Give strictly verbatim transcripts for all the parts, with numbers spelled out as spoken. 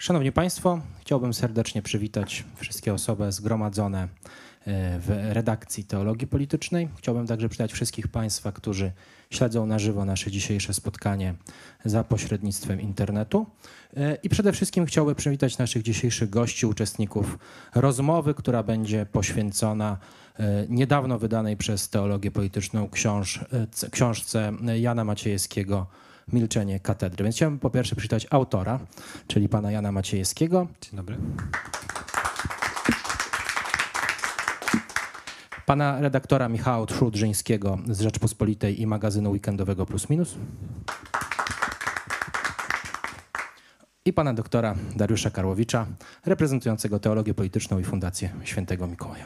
Szanowni Państwo, chciałbym serdecznie przywitać wszystkie osoby zgromadzone w redakcji Teologii Politycznej. Chciałbym także przywitać wszystkich Państwa, którzy śledzą na żywo nasze dzisiejsze spotkanie za pośrednictwem internetu. I przede wszystkim chciałbym przywitać naszych dzisiejszych gości, uczestników rozmowy, która będzie poświęcona niedawno wydanej przez Teologię Polityczną książ książce Jana Maciejewskiego Milczenie katedry. Więc chciałbym po pierwsze przywitać autora, czyli pana Jana Maciejewskiego. Dzień dobry. Pana redaktora Michała Trudżyńskiego z Rzeczpospolitej i magazynu weekendowego Plus Minus. I pana doktora Dariusza Karłowicza, reprezentującego Teologię Polityczną i Fundację Świętego Mikołaja.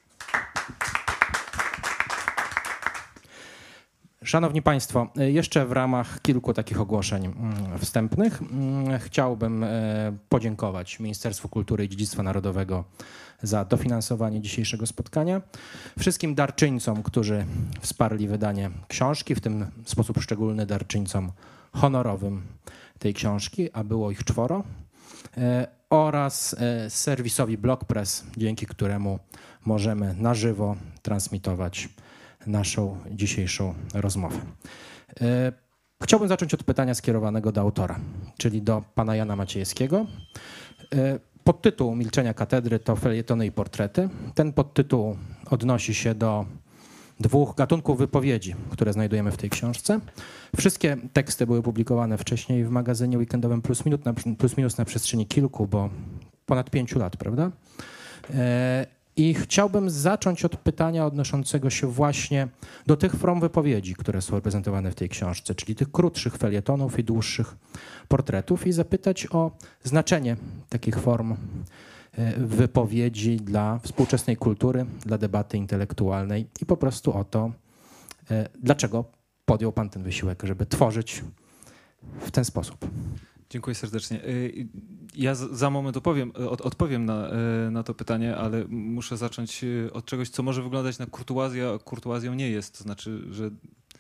Szanowni Państwo, jeszcze w ramach kilku takich ogłoszeń wstępnych chciałbym podziękować Ministerstwu Kultury i Dziedzictwa Narodowego za dofinansowanie dzisiejszego spotkania, wszystkim darczyńcom, którzy wsparli wydanie książki, w tym w sposób szczególny darczyńcom honorowym tej książki, a było ich czworo, oraz serwisowi BlogPress, dzięki któremu możemy na żywo transmitować naszą dzisiejszą rozmowę. Chciałbym zacząć od pytania skierowanego do autora, czyli do pana Jana Maciejewskiego. Podtytuł Milczenia katedry to felietony i portrety. Ten podtytuł odnosi się do dwóch gatunków wypowiedzi, które znajdujemy w tej książce. Wszystkie teksty były publikowane wcześniej w magazynie weekendowym Plus Minus na, plus minus na przestrzeni kilku, bo ponad pięciu lat, prawda? I chciałbym zacząć od pytania odnoszącego się właśnie do tych form wypowiedzi, które są reprezentowane w tej książce, czyli tych krótszych felietonów i dłuższych portretów, i zapytać o znaczenie takich form wypowiedzi dla współczesnej kultury, dla debaty intelektualnej i po prostu o to, dlaczego podjął pan ten wysiłek, żeby tworzyć w ten sposób. Dziękuję serdecznie. Ja za moment opowiem, odpowiem na, na to pytanie, ale muszę zacząć od czegoś, co może wyglądać na kurtuazję, a kurtuazją nie jest. To znaczy, że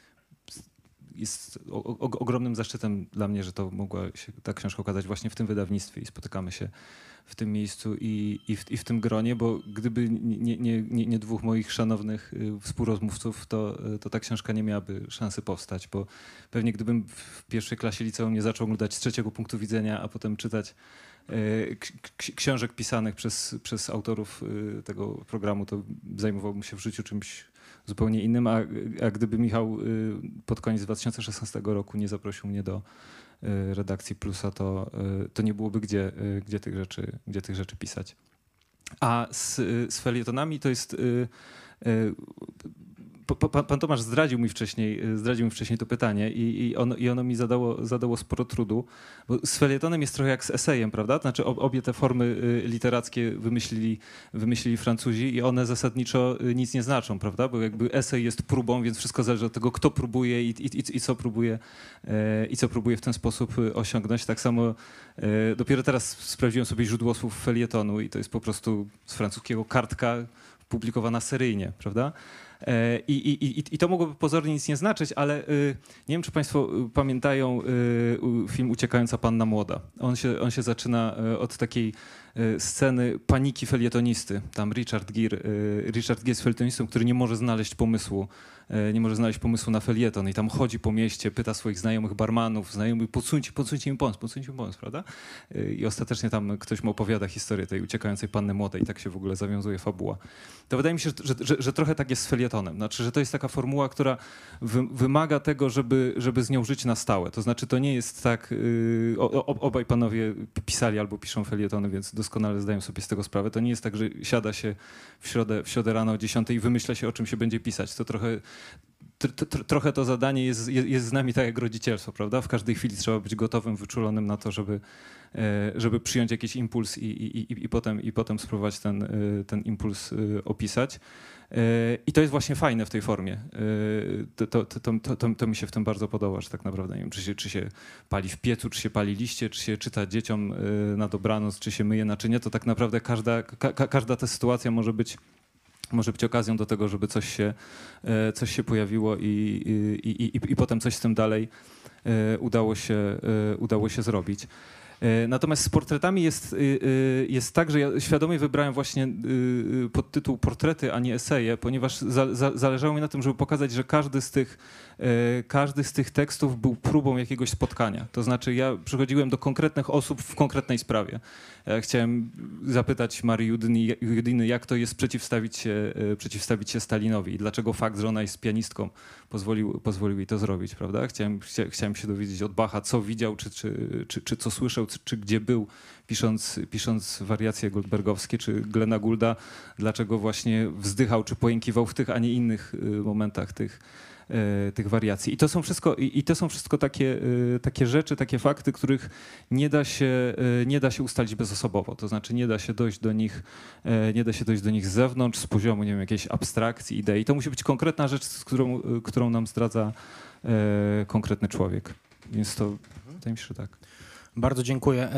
jest o, o, ogromnym zaszczytem dla mnie, że to mogła się ta książka ukazać właśnie w tym wydawnictwie i spotykamy się w tym miejscu i, i, w, i w tym gronie, bo gdyby nie, nie, nie, nie dwóch moich szanownych współrozmówców, to, to ta książka nie miałaby szansy powstać, bo pewnie gdybym w pierwszej klasie liceum nie zaczął oglądać z trzeciego punktu widzenia, a potem czytać książek pisanych przez, przez autorów tego programu, to zajmowałbym się w życiu czymś zupełnie innym, a, a gdyby Michał pod koniec dwa tysiące szesnastego roku nie zaprosił mnie do redakcji Plusa, to, to nie byłoby gdzie, gdzie, tych rzeczy, gdzie tych rzeczy pisać. A z, z felietonami to jest... Pan, pan Tomasz zdradził mi wcześniej, zdradził mi wcześniej to pytanie i, i, ono, i ono mi zadało, zadało sporo trudu, bo z felietonem jest trochę jak z esejem, prawda? Znaczy obie te formy literackie wymyślili, wymyślili Francuzi i one zasadniczo nic nie znaczą, prawda? Bo jakby esej jest próbą, więc wszystko zależy od tego, kto próbuje i, i, i, co, próbuje, i co próbuje w ten sposób osiągnąć. Tak samo dopiero teraz sprawdziłem sobie źródło słów felietonu i to jest po prostu z francuskiego kartka publikowana seryjnie, prawda? I, i, i, I to mogłoby pozornie nic nie znaczyć, ale y, nie wiem, czy państwo pamiętają y, film Uciekająca panna młoda. On się, on się zaczyna od takiej y, sceny paniki felietonisty. Tam Richard Gere, y, Richard Gere jest felietonistą, który nie może znaleźć pomysłu, y, nie może znaleźć pomysłu na felieton i tam chodzi po mieście, pyta swoich znajomych barmanów, znajomych, podsuńcie, podsuńcie mi pomysł, podsuńcie mi pomysł, prawda? Y, I ostatecznie tam ktoś mu opowiada historię tej uciekającej panny młodej i tak się w ogóle zawiązuje fabuła. To wydaje mi się, że, że, że trochę tak jest z felietonem. Znaczy, że to jest taka formuła, która wy, wymaga tego, żeby, żeby z nią żyć na stałe. To znaczy, to nie jest tak, yy, o, obaj panowie pisali albo piszą felietony, więc doskonale zdają sobie z tego sprawę. To nie jest tak, że siada się w środę, w środę rano o dziesiątej i wymyśla się, o czym się będzie pisać. To trochę, tr, tr, trochę to zadanie jest, jest, jest z nami tak jak rodzicielstwo, prawda? W każdej chwili trzeba być gotowym, wyczulonym na to, żeby, żeby przyjąć jakiś impuls i, i, i, i, potem, i potem spróbować ten, ten impuls opisać. I to jest właśnie fajne w tej formie. To, to, to, to, to, to mi się w tym bardzo podoba, że tak naprawdę nie wiem, czy się, czy się pali w piecu, czy się pali liście, czy się czyta dzieciom na dobranoc, czy się myje naczynie, to tak naprawdę każda, ka, każda ta sytuacja może być, może być okazją do tego, żeby coś się, coś się pojawiło i, i, i, i, i potem coś z tym dalej udało się, udało się zrobić. Natomiast z portretami jest, jest tak, że ja świadomie wybrałem właśnie podtytuł portrety, a nie eseje, ponieważ za, za, zależało mi na tym, żeby pokazać, że każdy z tych, każdy z tych tekstów był próbą jakiegoś spotkania. To znaczy ja przychodziłem do konkretnych osób w konkretnej sprawie. Ja chciałem zapytać Marii Judyny, Judyny, jak to jest przeciwstawić się, przeciwstawić się Stalinowi i dlaczego fakt, że ona jest pianistką, pozwolił, pozwolił jej to zrobić, prawda? Chciałem, chcia, chciałem się dowiedzieć od Bacha, co widział, czy, czy, czy, czy co słyszał, czy, czy gdzie był, pisząc, pisząc wariacje goldbergowskie, czy Glena Goulda, dlaczego właśnie wzdychał, czy pojękiwał w tych, a nie innych momentach tych, tych wariacji. I to są wszystko, i to są wszystko takie, takie rzeczy, takie fakty, których nie da się, nie da się ustalić bezosobowo. To znaczy nie da się dojść do nich, nie da się dojść do nich z zewnątrz, z poziomu, nie wiem, jakiejś abstrakcji, idei. To musi być konkretna rzecz, z którą, którą nam zdradza konkretny człowiek. Więc to wydaje mi się, że tak. Bardzo dziękuję.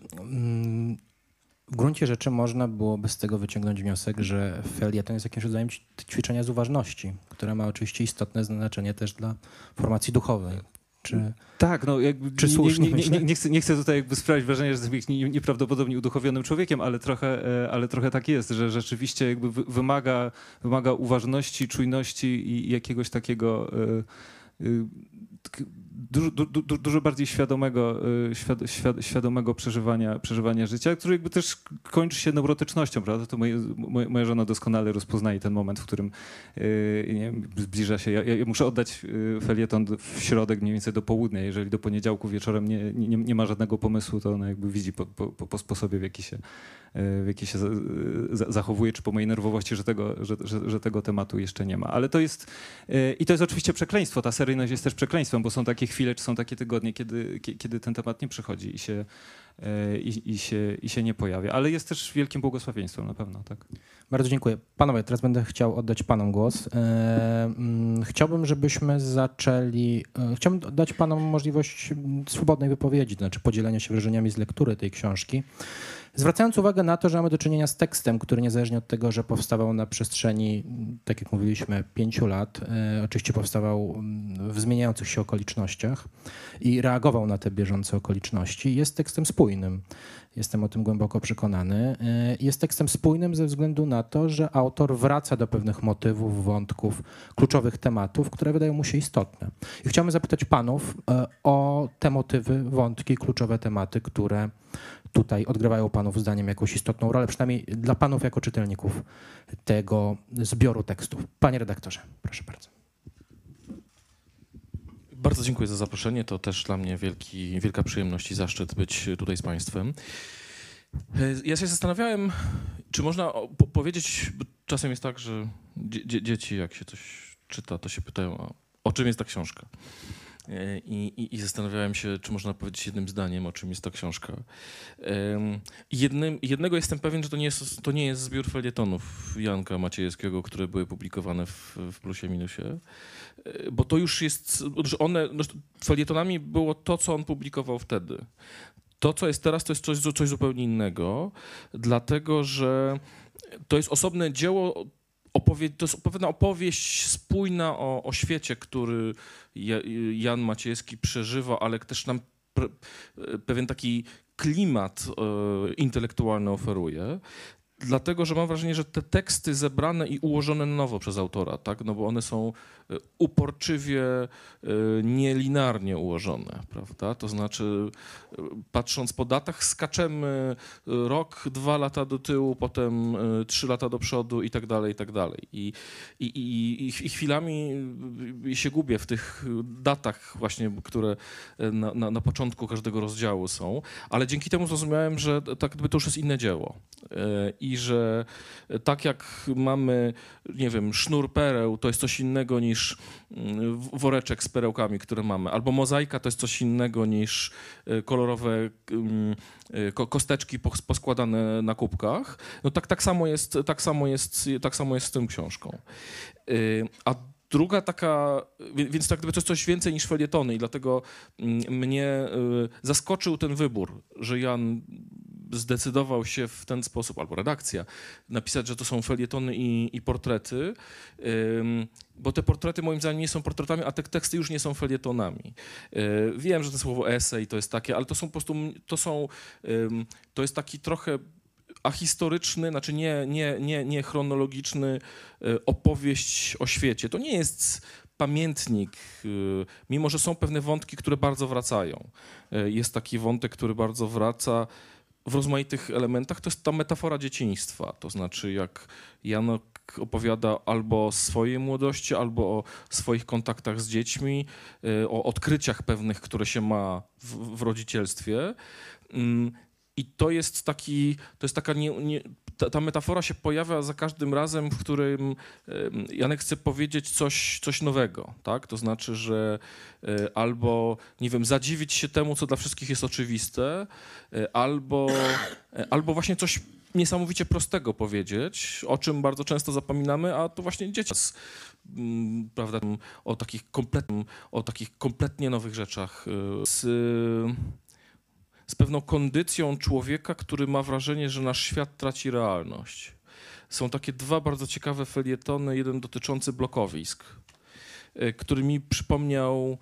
W gruncie rzeczy można byłoby z tego wyciągnąć wniosek, że felieton jest jakimś rodzajem ćwiczenia z uważności, które ma oczywiście istotne znaczenie też dla formacji duchowej. Czy, tak, no jakby czy nie, słusznie nie, nie, nie, nie, chcę, nie chcę tutaj jakby sprawić wrażenia, że jestem nie, nieprawdopodobnie uduchowionym człowiekiem, ale trochę, ale trochę tak jest, że rzeczywiście jakby wymaga, wymaga uważności, czujności i jakiegoś takiego y, y, Dużo, du, dużo bardziej świadomego, świad, świad, świadomego przeżywania, przeżywania życia, które jakby też kończy się neurotycznością, prawda? To moje, moja żona doskonale rozpoznaje ten moment, w którym yy, nie wiem, zbliża się. Ja, ja muszę oddać felieton w środek mniej więcej do południa. Jeżeli do poniedziałku wieczorem nie, nie, nie ma żadnego pomysłu, to ona jakby widzi po, po, po sposobie, w jaki się, w jaki się zachowuje, czy po mojej nerwowości, że tego, że, że, że tego tematu jeszcze nie ma. Ale to jest, yy, i to jest oczywiście przekleństwo. Ta seryjność jest też przekleństwem, bo są takie chwile, czy są takie tygodnie, kiedy, kiedy ten temat nie przychodzi i się, i, i, się, i się nie pojawia. Ale jest też wielkim błogosławieństwem na pewno, tak. Bardzo dziękuję. Panowie, teraz będę chciał oddać panom głos. Chciałbym, żebyśmy zaczęli... Chciałbym dać panom możliwość swobodnej wypowiedzi, to znaczy podzielenia się wrażeniami z lektury tej książki. Zwracając uwagę na to, że mamy do czynienia z tekstem, który niezależnie od tego, że powstawał na przestrzeni, tak jak mówiliśmy, pięciu lat, e, oczywiście powstawał w zmieniających się okolicznościach i reagował na te bieżące okoliczności, jest tekstem spójnym. Jestem o tym głęboko przekonany. E, jest tekstem spójnym ze względu na to, że autor wraca do pewnych motywów, wątków, kluczowych tematów, które wydają mu się istotne. I chciałbym zapytać panów e, o te motywy, wątki, kluczowe tematy, które tutaj odgrywają panów zdaniem jakąś istotną rolę, przynajmniej dla panów jako czytelników tego zbioru tekstów. Panie redaktorze, proszę bardzo. Bardzo dziękuję za zaproszenie. To też dla mnie wielki, wielka przyjemność i zaszczyt być tutaj z państwem. Ja się zastanawiałem, czy można po powiedzieć, bo czasem jest tak, że dzie dzieci jak się coś czyta, to się pytają, o, o czym jest ta książka. I, i, I zastanawiałem się, czy można powiedzieć jednym zdaniem, o czym jest ta książka. Jednym, jednego jestem pewien, że to nie jest, to nie jest zbiór felietonów Janka Maciejewskiego, które były publikowane w, w Plusie Minusie, bo to już jest, że one, felietonami było to, co on publikował wtedy. To, co jest teraz, to jest coś, coś zupełnie innego, dlatego że to jest osobne dzieło. Opowie to jest pewna opowieść spójna o, o świecie, który Jan Maciejewski przeżywa, ale też nam pewien taki klimat e, intelektualny oferuje. Dlatego, że mam wrażenie, że te teksty zebrane i ułożone na nowo przez autora, tak? No bo one są uporczywie, nielinearnie ułożone, prawda? To znaczy, patrząc po datach, skaczemy rok, dwa lata do tyłu, potem trzy lata do przodu i tak dalej, i tak dalej. I, i, i, i chwilami się gubię w tych datach właśnie, które na, na, na początku każdego rozdziału są, ale dzięki temu zrozumiałem, że tak gdyby to już jest inne dzieło. I że tak jak mamy, nie wiem, sznur pereł, to jest coś innego niż woreczek z perełkami, które mamy. Albo mozaika to jest coś innego niż kolorowe kosteczki poskładane na kubkach. No tak, tak samo jest, tak samo jest, tak samo jest z tą książką. A druga taka, więc tak gdyby to jest coś więcej niż felietony i dlatego mnie zaskoczył ten wybór, że Jan zdecydował się w ten sposób, albo redakcja, napisać, że to są felietony i, i portrety, ym, bo te portrety moim zdaniem nie są portretami, a te teksty już nie są felietonami. Yy, wiem, że to słowo esej to jest takie, ale to są po prostu, to są, ym, to jest taki trochę ahistoryczny, znaczy nie, nie, nie, nie chronologiczny y, opowieść o świecie. To nie jest pamiętnik, y, mimo że są pewne wątki, które bardzo wracają. Y, jest taki wątek, który bardzo wraca w rozmaitych elementach, to jest ta metafora dzieciństwa. To znaczy, jak Janek opowiada albo o swojej młodości, albo o swoich kontaktach z dziećmi, y, o odkryciach pewnych, które się ma w, w rodzicielstwie. Y, I to jest taki, to jest taka nie, nie, ta, ta metafora się pojawia za każdym razem, w którym Janek chce powiedzieć coś, coś nowego, tak? To znaczy, że albo, nie wiem, zadziwić się temu, co dla wszystkich jest oczywiste, albo, albo właśnie coś niesamowicie prostego powiedzieć, o czym bardzo często zapominamy, a to właśnie dzieci, prawda, o takich, komplet, o takich kompletnie nowych rzeczach. Z, z pewną kondycją człowieka, który ma wrażenie, że nasz świat traci realność. Są takie dwa bardzo ciekawe felietony, jeden dotyczący blokowisk, który mi przypomniał,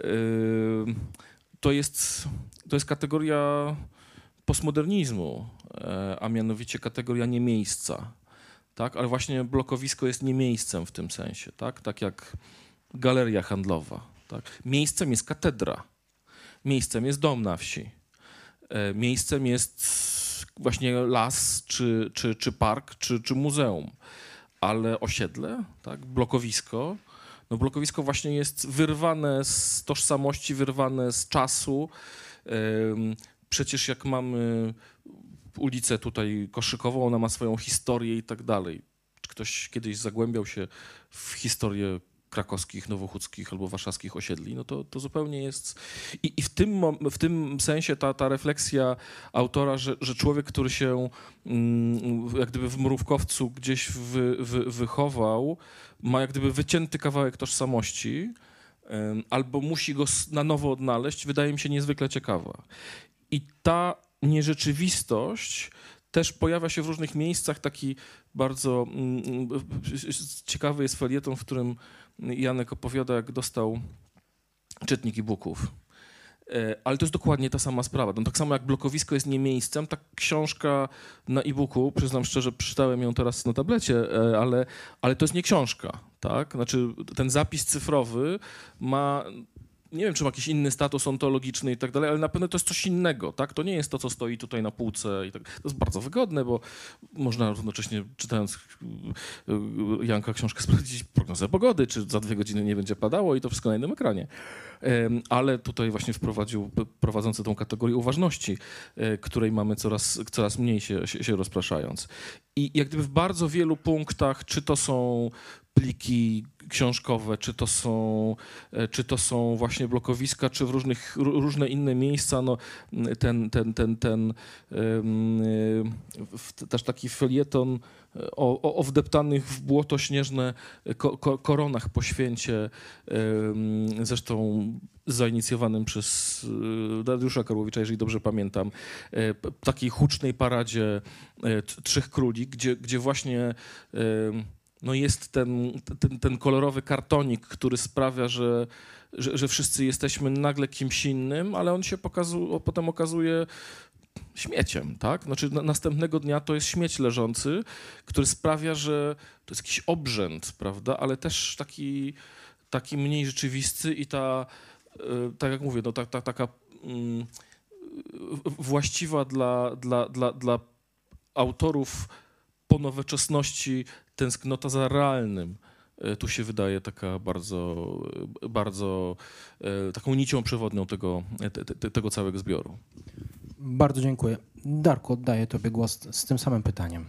to jest, to jest kategoria postmodernizmu, a mianowicie kategoria nie miejsca, tak? Ale właśnie blokowisko jest nie miejscem w tym sensie, tak? Tak jak galeria handlowa, tak? Miejscem jest katedra, miejscem jest dom na wsi. Miejscem jest właśnie las, czy, czy, czy park, czy, czy muzeum, ale osiedle, tak, blokowisko, no blokowisko właśnie jest wyrwane z tożsamości, wyrwane z czasu. Przecież jak mamy ulicę tutaj Koszykową, ona ma swoją historię i tak dalej. Czy ktoś kiedyś zagłębiał się w historię krakowskich, nowochódzkich albo warszawskich osiedli, no to, to zupełnie jest... I, i w, tym, w tym sensie ta, ta refleksja autora, że, że człowiek, który się mm, jak gdyby w Mrówkowcu gdzieś wy, wy, wychował, ma jak gdyby wycięty kawałek tożsamości, um, albo musi go na nowo odnaleźć, wydaje mi się niezwykle ciekawa. I ta nierzeczywistość też pojawia się w różnych miejscach. Taki bardzo mm, ciekawy jest felieton, w którym Janek opowiada, jak dostał czytnik e-booków. Ale to jest dokładnie ta sama sprawa. No, tak samo jak blokowisko jest nie miejscem, tak książka na e-booku, przyznam szczerze, przeczytałem ją teraz na tablecie, ale, ale to jest nie książka, tak? Znaczy ten zapis cyfrowy ma... Nie wiem, czy ma jakiś inny status ontologiczny i tak dalej, ale na pewno to jest coś innego, tak? To nie jest to, co stoi tutaj na półce i tak. To jest bardzo wygodne, bo można równocześnie, czytając Janka książkę, sprawdzić prognozę pogody, czy za dwie godziny nie będzie padało i to wszystko na jednym ekranie. Ale tutaj właśnie wprowadził prowadzący tą kategorię uważności, której mamy coraz, coraz mniej się, się, się rozpraszając. I jak gdyby w bardzo wielu punktach, czy to są pliki książkowe, czy to są, czy to są właśnie blokowiska, czy w różnych, różne inne miejsca, no ten, ten, ten, ten też taki felieton o, o, o wdeptanych w błoto śnieżne ko, ko, koronach po święcie, zresztą zainicjowanym przez Dariusza Karłowicza, jeżeli dobrze pamiętam, takiej hucznej paradzie Trzech Króli, gdzie, gdzie właśnie no jest ten, ten, ten kolorowy kartonik, który sprawia, że, że, że wszyscy jesteśmy nagle kimś innym, ale on się pokazu, potem okazuje śmieciem, tak? Znaczy na, następnego dnia to jest śmieć leżący, który sprawia, że to jest jakiś obrzęd, prawda? Ale też taki, taki mniej rzeczywisty i ta, tak jak mówię, no, ta, ta, taka mm, właściwa dla, dla, dla, dla autorów po nowoczesności tęsknota za realnym. Tu się wydaje taka bardzo, bardzo taką nicią przewodnią tego, te, tego całego zbioru. Bardzo dziękuję. Darku, oddaję tobie głos z tym samym pytaniem.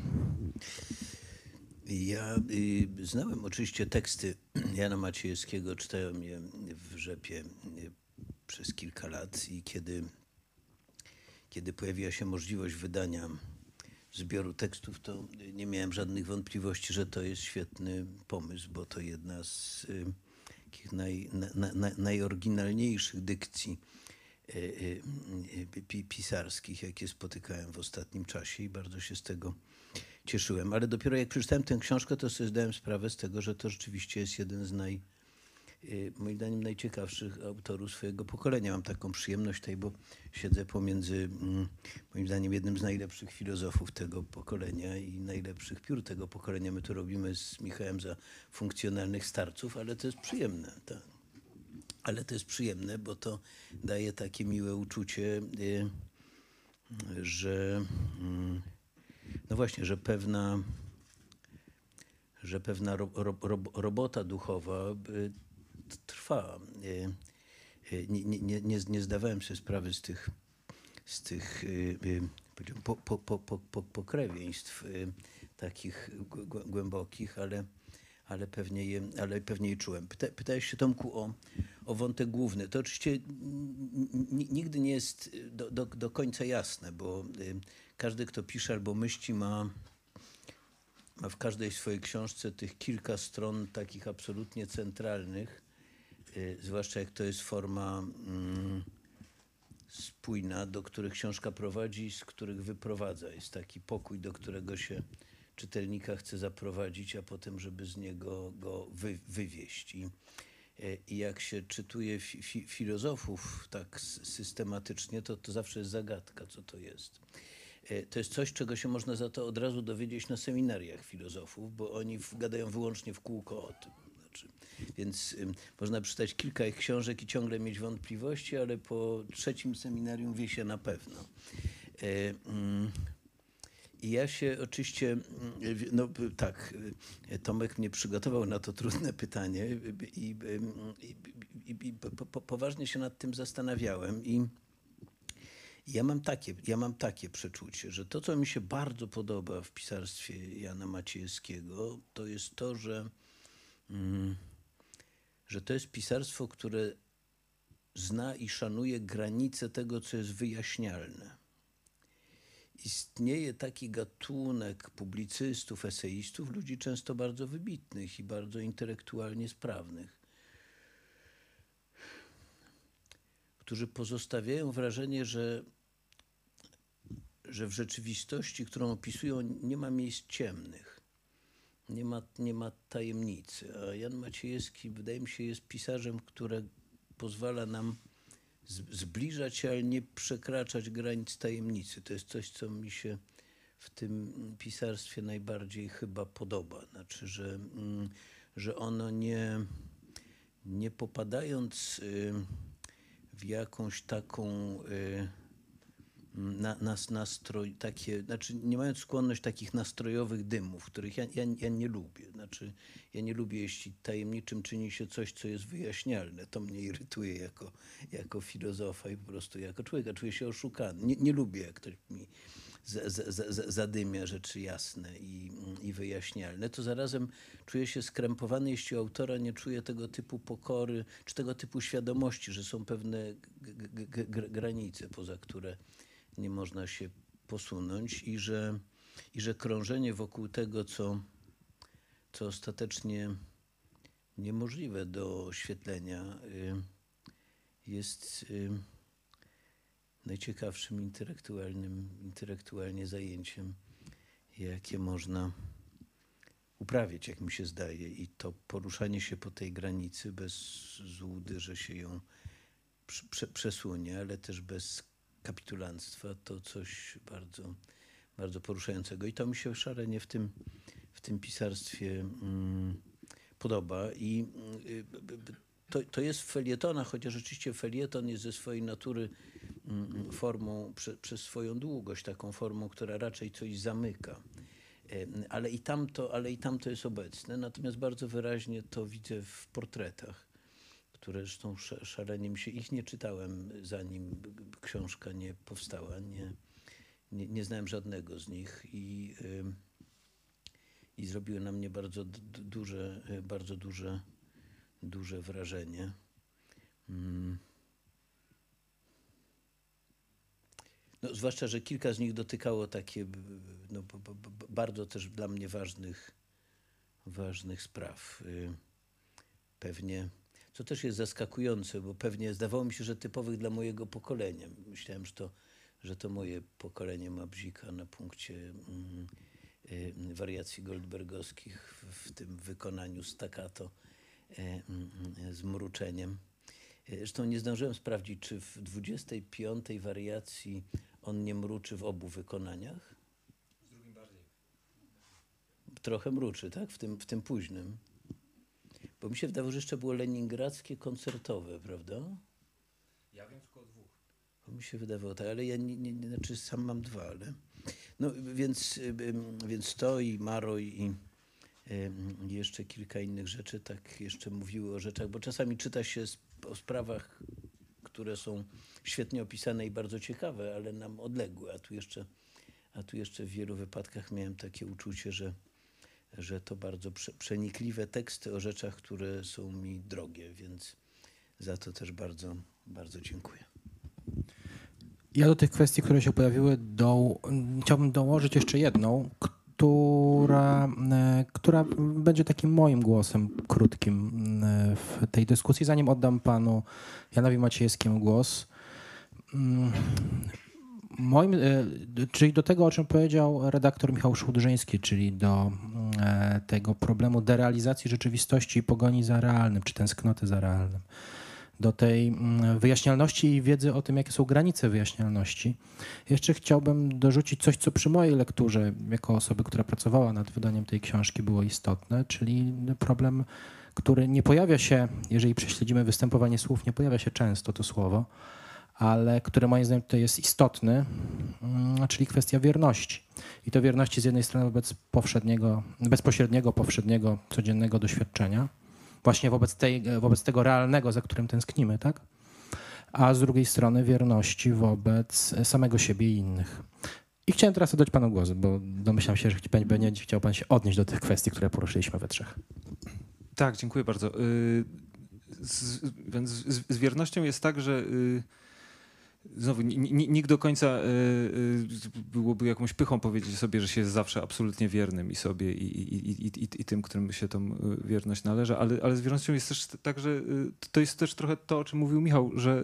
Ja y, znałem oczywiście teksty Jana Maciejewskiego, czytałem je w Rzepie y, przez kilka lat i kiedy, kiedy pojawiła się możliwość wydania zbioru tekstów, to nie miałem żadnych wątpliwości, że to jest świetny pomysł, bo to jedna z y, takich naj, na, na, najoryginalniejszych dykcji pisarskich, jakie spotykałem w ostatnim czasie i bardzo się z tego cieszyłem. Ale dopiero jak przeczytałem tę książkę, to sobie zdałem sprawę z tego, że to rzeczywiście jest jeden z naj, moim zdaniem najciekawszych autorów swojego pokolenia. Mam taką przyjemność tutaj, bo siedzę pomiędzy moim zdaniem jednym z najlepszych filozofów tego pokolenia i najlepszych piór tego pokolenia. My to robimy z Michałem za funkcjonalnych starców, ale to jest przyjemne. Tak. Ale to jest przyjemne, bo to daje takie miłe uczucie, że no właśnie, że pewna, że pewna ro, ro, robota duchowa trwa. Nie, nie, nie, nie zdawałem sobie sprawy z tych, z tych po, po, po, po, po, pokrewieństw takich głębokich, ale, ale, pewnie je, ale pewnie je czułem. Pyta, pytałeś się, Tomku, o, o wątek główny. To oczywiście nigdy nie jest do, do, do końca jasne, bo każdy, kto pisze albo myśli, ma, ma w każdej swojej książce tych kilka stron takich absolutnie centralnych, zwłaszcza jak to jest forma mm, spójna, do których książka prowadzi, z których wyprowadza. Jest taki pokój, do którego się czytelnika chce zaprowadzić, a potem, żeby z niego go wy, wywieźć. I, I jak się czytuje fi, fi, filozofów tak systematycznie, to, to zawsze jest zagadka, co to jest. To jest coś, czego się można za to od razu dowiedzieć na seminariach filozofów, bo oni w, gadają wyłącznie w kółko o tym. Znaczy, więc ym, można przeczytać kilka ich książek i ciągle mieć wątpliwości, ale po trzecim seminarium wie się na pewno. Y, y, I ja się oczywiście, no tak, Tomek mnie przygotował na to trudne pytanie i, i, i, i po, po, poważnie się nad tym zastanawiałem i ja mam takie, ja mam takie przeczucie, że to, co mi się bardzo podoba w pisarstwie Jana Maciejewskiego, to jest to, że, mm, że to jest pisarstwo, które zna i szanuje granice tego, co jest wyjaśnialne. Istnieje taki gatunek publicystów, eseistów, ludzi często bardzo wybitnych i bardzo intelektualnie sprawnych, którzy pozostawiają wrażenie, że, że w rzeczywistości, którą opisują, nie ma miejsc ciemnych, nie ma, nie ma tajemnicy. A Jan Maciejewski, wydaje mi się, jest pisarzem, który pozwala nam zbliżać się, ale nie przekraczać granic tajemnicy. To jest coś, co mi się w tym pisarstwie najbardziej chyba podoba. Znaczy, że, że ono nie, nie popadając w jakąś taką na, nas, nastroj, takie, znaczy nie mając skłonność takich nastrojowych dymów, których ja, ja, ja nie lubię. Znaczy, ja nie lubię, jeśli tajemniczym czyni się coś, co jest wyjaśnialne. To mnie irytuje jako, jako filozofa i po prostu jako człowieka. Czuję się oszukany. Nie, nie lubię, jak ktoś mi za, za, za, zadymia rzeczy jasne i, i wyjaśnialne. To zarazem czuję się skrępowany, jeśli autora nie czuje tego typu pokory, czy tego typu świadomości, że są pewne g, g, g, granice, poza które nie można się posunąć i że, i że krążenie wokół tego, co, co ostatecznie niemożliwe do oświetlenia, jest najciekawszym intelektualnym, intelektualnie zajęciem, jakie można uprawiać, jak mi się zdaje. I to poruszanie się po tej granicy bez złudy, że się ją prze, przesunie, ale też bez kapitulanstwa, to coś bardzo, bardzo poruszającego. I to mi się szalenie w tym, w tym pisarstwie mm, podoba. I y, to, to jest w felietonach, chociaż rzeczywiście felieton jest ze swojej natury mm, formą, prze, przez swoją długość, taką formą, która raczej coś zamyka. Y, ale, i tam to, ale i tam to jest obecne. Natomiast bardzo wyraźnie to widzę w portretach, które zresztą szalenie mi się, ich nie czytałem, zanim książka nie powstała. Nie, nie, nie znałem żadnego z nich i, y, i zrobiły na mnie bardzo d- duże, bardzo duże, duże wrażenie. Mm. No, zwłaszcza, że kilka z nich dotykało takie no, b- b- bardzo też dla mnie ważnych, ważnych spraw. Y, pewnie. to też jest zaskakujące, bo pewnie zdawało mi się, że typowych dla mojego pokolenia. Myślałem, że to, że to moje pokolenie ma bzika na punkcie mm, y, wariacji goldbergowskich w, w tym wykonaniu staccato y, y, z mruczeniem. Zresztą nie zdążyłem sprawdzić, czy w dwudziestej piątej wariacji on nie mruczy w obu wykonaniach. Z drugim bardziej. Trochę mruczy, tak? W tym, w tym późnym. Bo mi się wydawało, że jeszcze było leningradzkie koncertowe, prawda? Ja wiem tylko o dwóch. Bo mi się wydawało tak, ale ja nie, nie, nie, znaczy sam mam dwa, ale... No więc, więc to i Maro i i jeszcze kilka innych rzeczy tak jeszcze mówiły o rzeczach, bo czasami czyta się o sprawach, które są świetnie opisane i bardzo ciekawe, ale nam odległe, a tu jeszcze, a tu jeszcze w wielu wypadkach miałem takie uczucie, że, że to bardzo prze, przenikliwe teksty o rzeczach, które są mi drogie, więc za to też bardzo, bardzo dziękuję. Ja do tych kwestii, które się pojawiły, do, chciałbym dołożyć jeszcze jedną, która, która będzie takim moim głosem krótkim w tej dyskusji, zanim oddam panu Janowi Maciejewskiemu głos. Moim, czyli do tego, o czym powiedział redaktor Michał Szłudrzyński, czyli do tego problemu derealizacji rzeczywistości i pogoni za realnym, czy tęsknoty za realnym. Do tej wyjaśnialności i wiedzy o tym, jakie są granice wyjaśnialności. Jeszcze chciałbym dorzucić coś, co przy mojej lekturze, jako osoby, która pracowała nad wydaniem tej książki, było istotne, czyli problem, który nie pojawia się, jeżeli prześledzimy występowanie słów, nie pojawia się często to słowo, ale który moim zdaniem tutaj jest istotny, czyli kwestia wierności. I to wierności z jednej strony wobec powszedniego, bezpośredniego, powszedniego, codziennego doświadczenia, właśnie wobec, tej, wobec tego realnego, za którym tęsknimy, tak? A z drugiej strony wierności wobec samego siebie i innych. I chciałem teraz oddać panu głos, bo domyślam się, że będzie chciał pan się odnieść do tych kwestii, które poruszyliśmy we trzech. Tak, dziękuję bardzo. Z, więc z, z wiernością jest tak, że znowu nikt do końca byłoby jakąś pychą powiedzieć sobie, że się jest zawsze absolutnie wiernym i sobie i, i, i, i, i tym, którym się tą wierność należy, ale, ale z wiernością jest też tak, że to jest też trochę to, o czym mówił Michał, że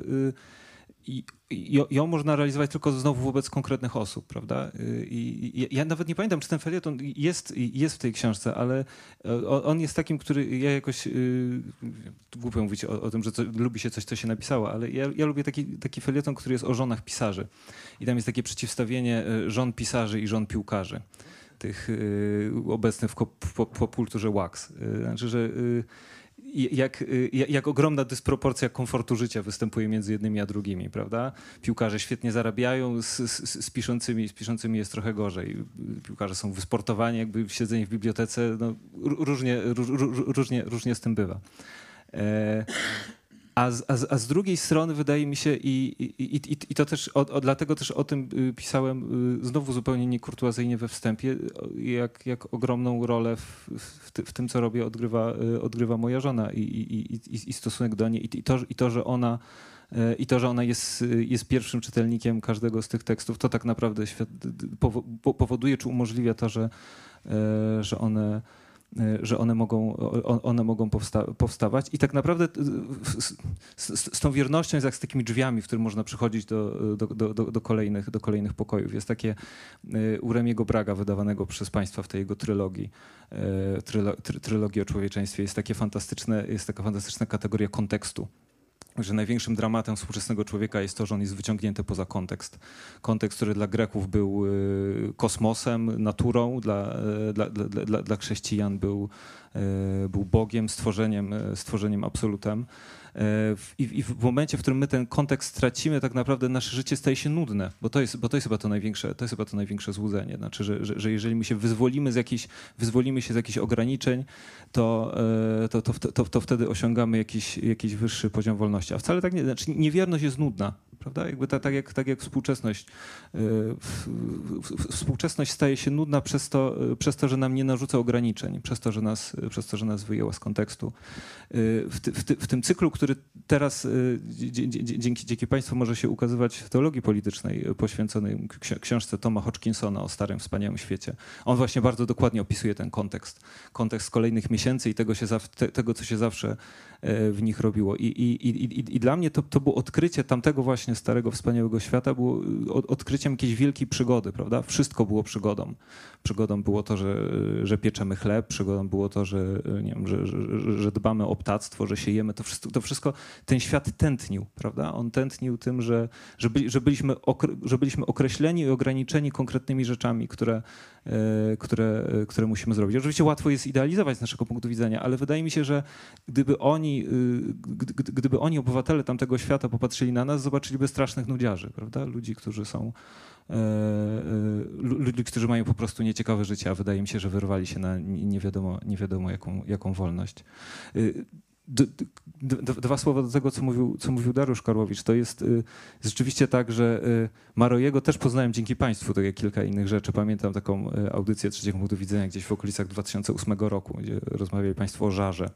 i, i, ją można realizować tylko znowu wobec konkretnych osób, prawda? I, i ja nawet nie pamiętam, czy ten felieton jest, jest w tej książce, ale on jest takim, który ja jakoś, yy, głupio mówić o, o tym, że co, lubi się coś, co się napisało, ale ja, ja lubię taki, taki felieton, który jest o żonach pisarzy. I tam jest takie przeciwstawienie żon pisarzy i żon piłkarzy, tych yy, obecnych w, w, w popkulturze wax. Yy, znaczy, że yy, Jak, jak, jak ogromna dysproporcja komfortu życia występuje między jednymi a drugimi, prawda? Piłkarze świetnie zarabiają, z, z, z, piszącymi, z piszącymi jest trochę gorzej. Piłkarze są wysportowani, jakby siedzenie w bibliotece, no, różnie, róż, różnie, różnie z tym bywa. E, A z, a, z, a z drugiej strony wydaje mi się, i, i, i, i to też, o, o, dlatego też o tym pisałem znowu zupełnie niekurtuazyjnie we wstępie, jak, jak ogromną rolę w, w, ty, w tym, co robię, odgrywa, odgrywa moja żona i, i, i, i stosunek do niej. I, i, to, i to, że ona, i to, że ona jest, jest pierwszym czytelnikiem każdego z tych tekstów, to tak naprawdę świat, powoduje czy umożliwia to, że, że one że one mogą, one mogą powsta- powstawać. I tak naprawdę z, z, z tą wiernością jest jak z takimi drzwiami, w których można przychodzić do, do, do, do, kolejnych, do kolejnych pokojów. Jest takie u Remiego Braga, wydawanego przez państwa w tej jego trylogii, trylo, try, trylogii o człowieczeństwie. Jest, takie fantastyczne, jest taka fantastyczna kategoria kontekstu, że największym dramatem współczesnego człowieka jest to, że on jest wyciągnięty poza kontekst. Kontekst, który dla Greków był kosmosem, naturą, dla, dla, dla, dla chrześcijan był, był Bogiem, stworzeniem, stworzeniem absolutem. I, I w momencie, w którym my ten kontekst stracimy, tak naprawdę nasze życie staje się nudne, bo to jest, bo to jest chyba to największe, to jest chyba to największe złudzenie. Znaczy, że, że, że jeżeli my się wyzwolimy z jakichś, wyzwolimy się z jakichś ograniczeń, to, to, to, to, to wtedy osiągamy jakiś, jakiś wyższy poziom wolności. A wcale tak nie, znaczy niewierność jest nudna. Prawda? Jakby ta, tak, jak, tak jak współczesność. Współczesność staje się nudna przez to, przez to, że nam nie narzuca ograniczeń, przez to, że nas, przez to, że nas wyjęła z kontekstu. W, ty, w, ty, w tym cyklu, który teraz dzięki, dzięki Państwu może się ukazywać w teologii politycznej, poświęconej książce Toma Hodgkinsona o Starym Wspaniałym Świecie, on właśnie bardzo dokładnie opisuje ten kontekst. Kontekst kolejnych miesięcy i tego, się, tego co się zawsze w nich robiło. I, i, i, i dla mnie to, to było odkrycie tamtego właśnie starego, wspaniałego świata, było odkryciem jakiejś wielkiej przygody, prawda? Wszystko było przygodą. Przygodą było to, że, że pieczemy chleb, przygodą było to, że, nie wiem, że, że, że dbamy o ptactwo, że siejemy. To wszystko, to wszystko ten świat tętnił, prawda? On tętnił tym, że, że, byli, że, byliśmy, okre, że byliśmy określeni i ograniczeni konkretnymi rzeczami, które, które, które musimy zrobić. Oczywiście łatwo jest idealizować z naszego punktu widzenia, ale wydaje mi się, że gdyby oni, gdy, gdyby oni, obywatele tamtego świata, popatrzyli na nas, zobaczyliby strasznych nudziarzy, prawda? Ludzi, którzy są ludzi, którzy mają po prostu nieciekawe życie, a wydaje mi się, że wyrwali się na nie wiadomo, nie wiadomo jaką, jaką wolność. D, d, dwa słowa do tego, co mówił, co mówił Dariusz Karłowicz. To jest y, rzeczywiście tak, że y, Marojego też poznałem dzięki państwu, tak jak kilka innych rzeczy. Pamiętam taką y, audycję trzeciego punktu widzenia gdzieś w okolicach dwa tysiące ósmego roku, gdzie rozmawiali państwo o żarze.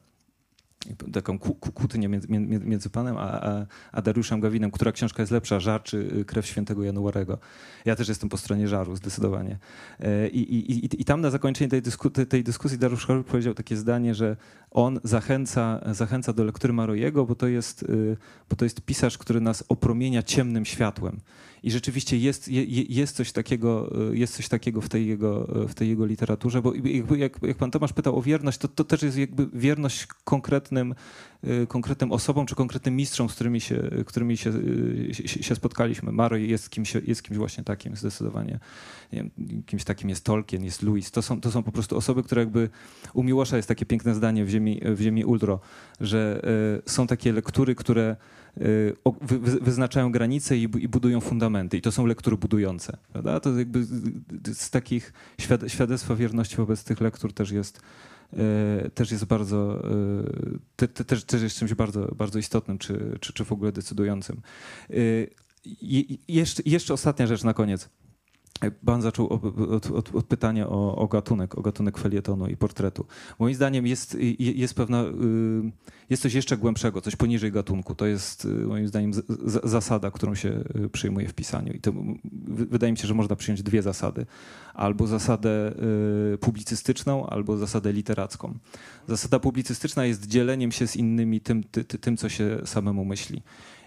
Taką kłótnię między, między panem a, a, a Dariuszem Gawinem, która książka jest lepsza, Żar czy Krew świętego Januarego. Ja też jestem po stronie Żaru, zdecydowanie. I, i, i, i tam na zakończenie tej, dysku, tej dyskusji Dariusz Karłowicz powiedział takie zdanie, że on zachęca, zachęca do lektury Marojego, bo to jest, bo to jest pisarz, który nas opromienia ciemnym światłem. I rzeczywiście jest, jest, coś takiego, jest coś takiego w tej jego, w tej jego literaturze, bo jakby jak, jak pan Tomasz pytał o wierność, to, to też jest jakby wierność konkretnym, konkretnym osobom czy konkretnym mistrzom, z którymi się, którymi się, się, się spotkaliśmy. Maroj jest kimś, jest kimś właśnie takim zdecydowanie. Nie wiem, kimś takim jest Tolkien, jest Lewis. To są, to są po prostu osoby, które jakby... U Miłosza jest takie piękne zdanie w Ziemi, w Ziemi Uldro, że y, są takie lektury, które y, wy, wyznaczają granice i, i budują fundamenty. I to są lektury budujące. Prawda? To jakby z takich świad, świadectwa wierności wobec tych lektur też jest y, też jest bardzo, y, te, te, też, też jest czymś bardzo, bardzo istotnym, czy, czy, czy w ogóle decydującym. Y, i, jeszcze, jeszcze ostatnia rzecz na koniec. Pan zaczął od, od, od pytania o, o gatunek, o gatunek felietonu i portretu. Moim zdaniem jest, jest pewna, jest coś jeszcze głębszego, coś poniżej gatunku. To jest moim zdaniem z, z, zasada, którą się przyjmuje w pisaniu. I to wydaje mi się, że można przyjąć dwie zasady. Albo zasadę publicystyczną, albo zasadę literacką. Zasada publicystyczna jest dzieleniem się z innymi tym, ty, tym co się samemu myśli.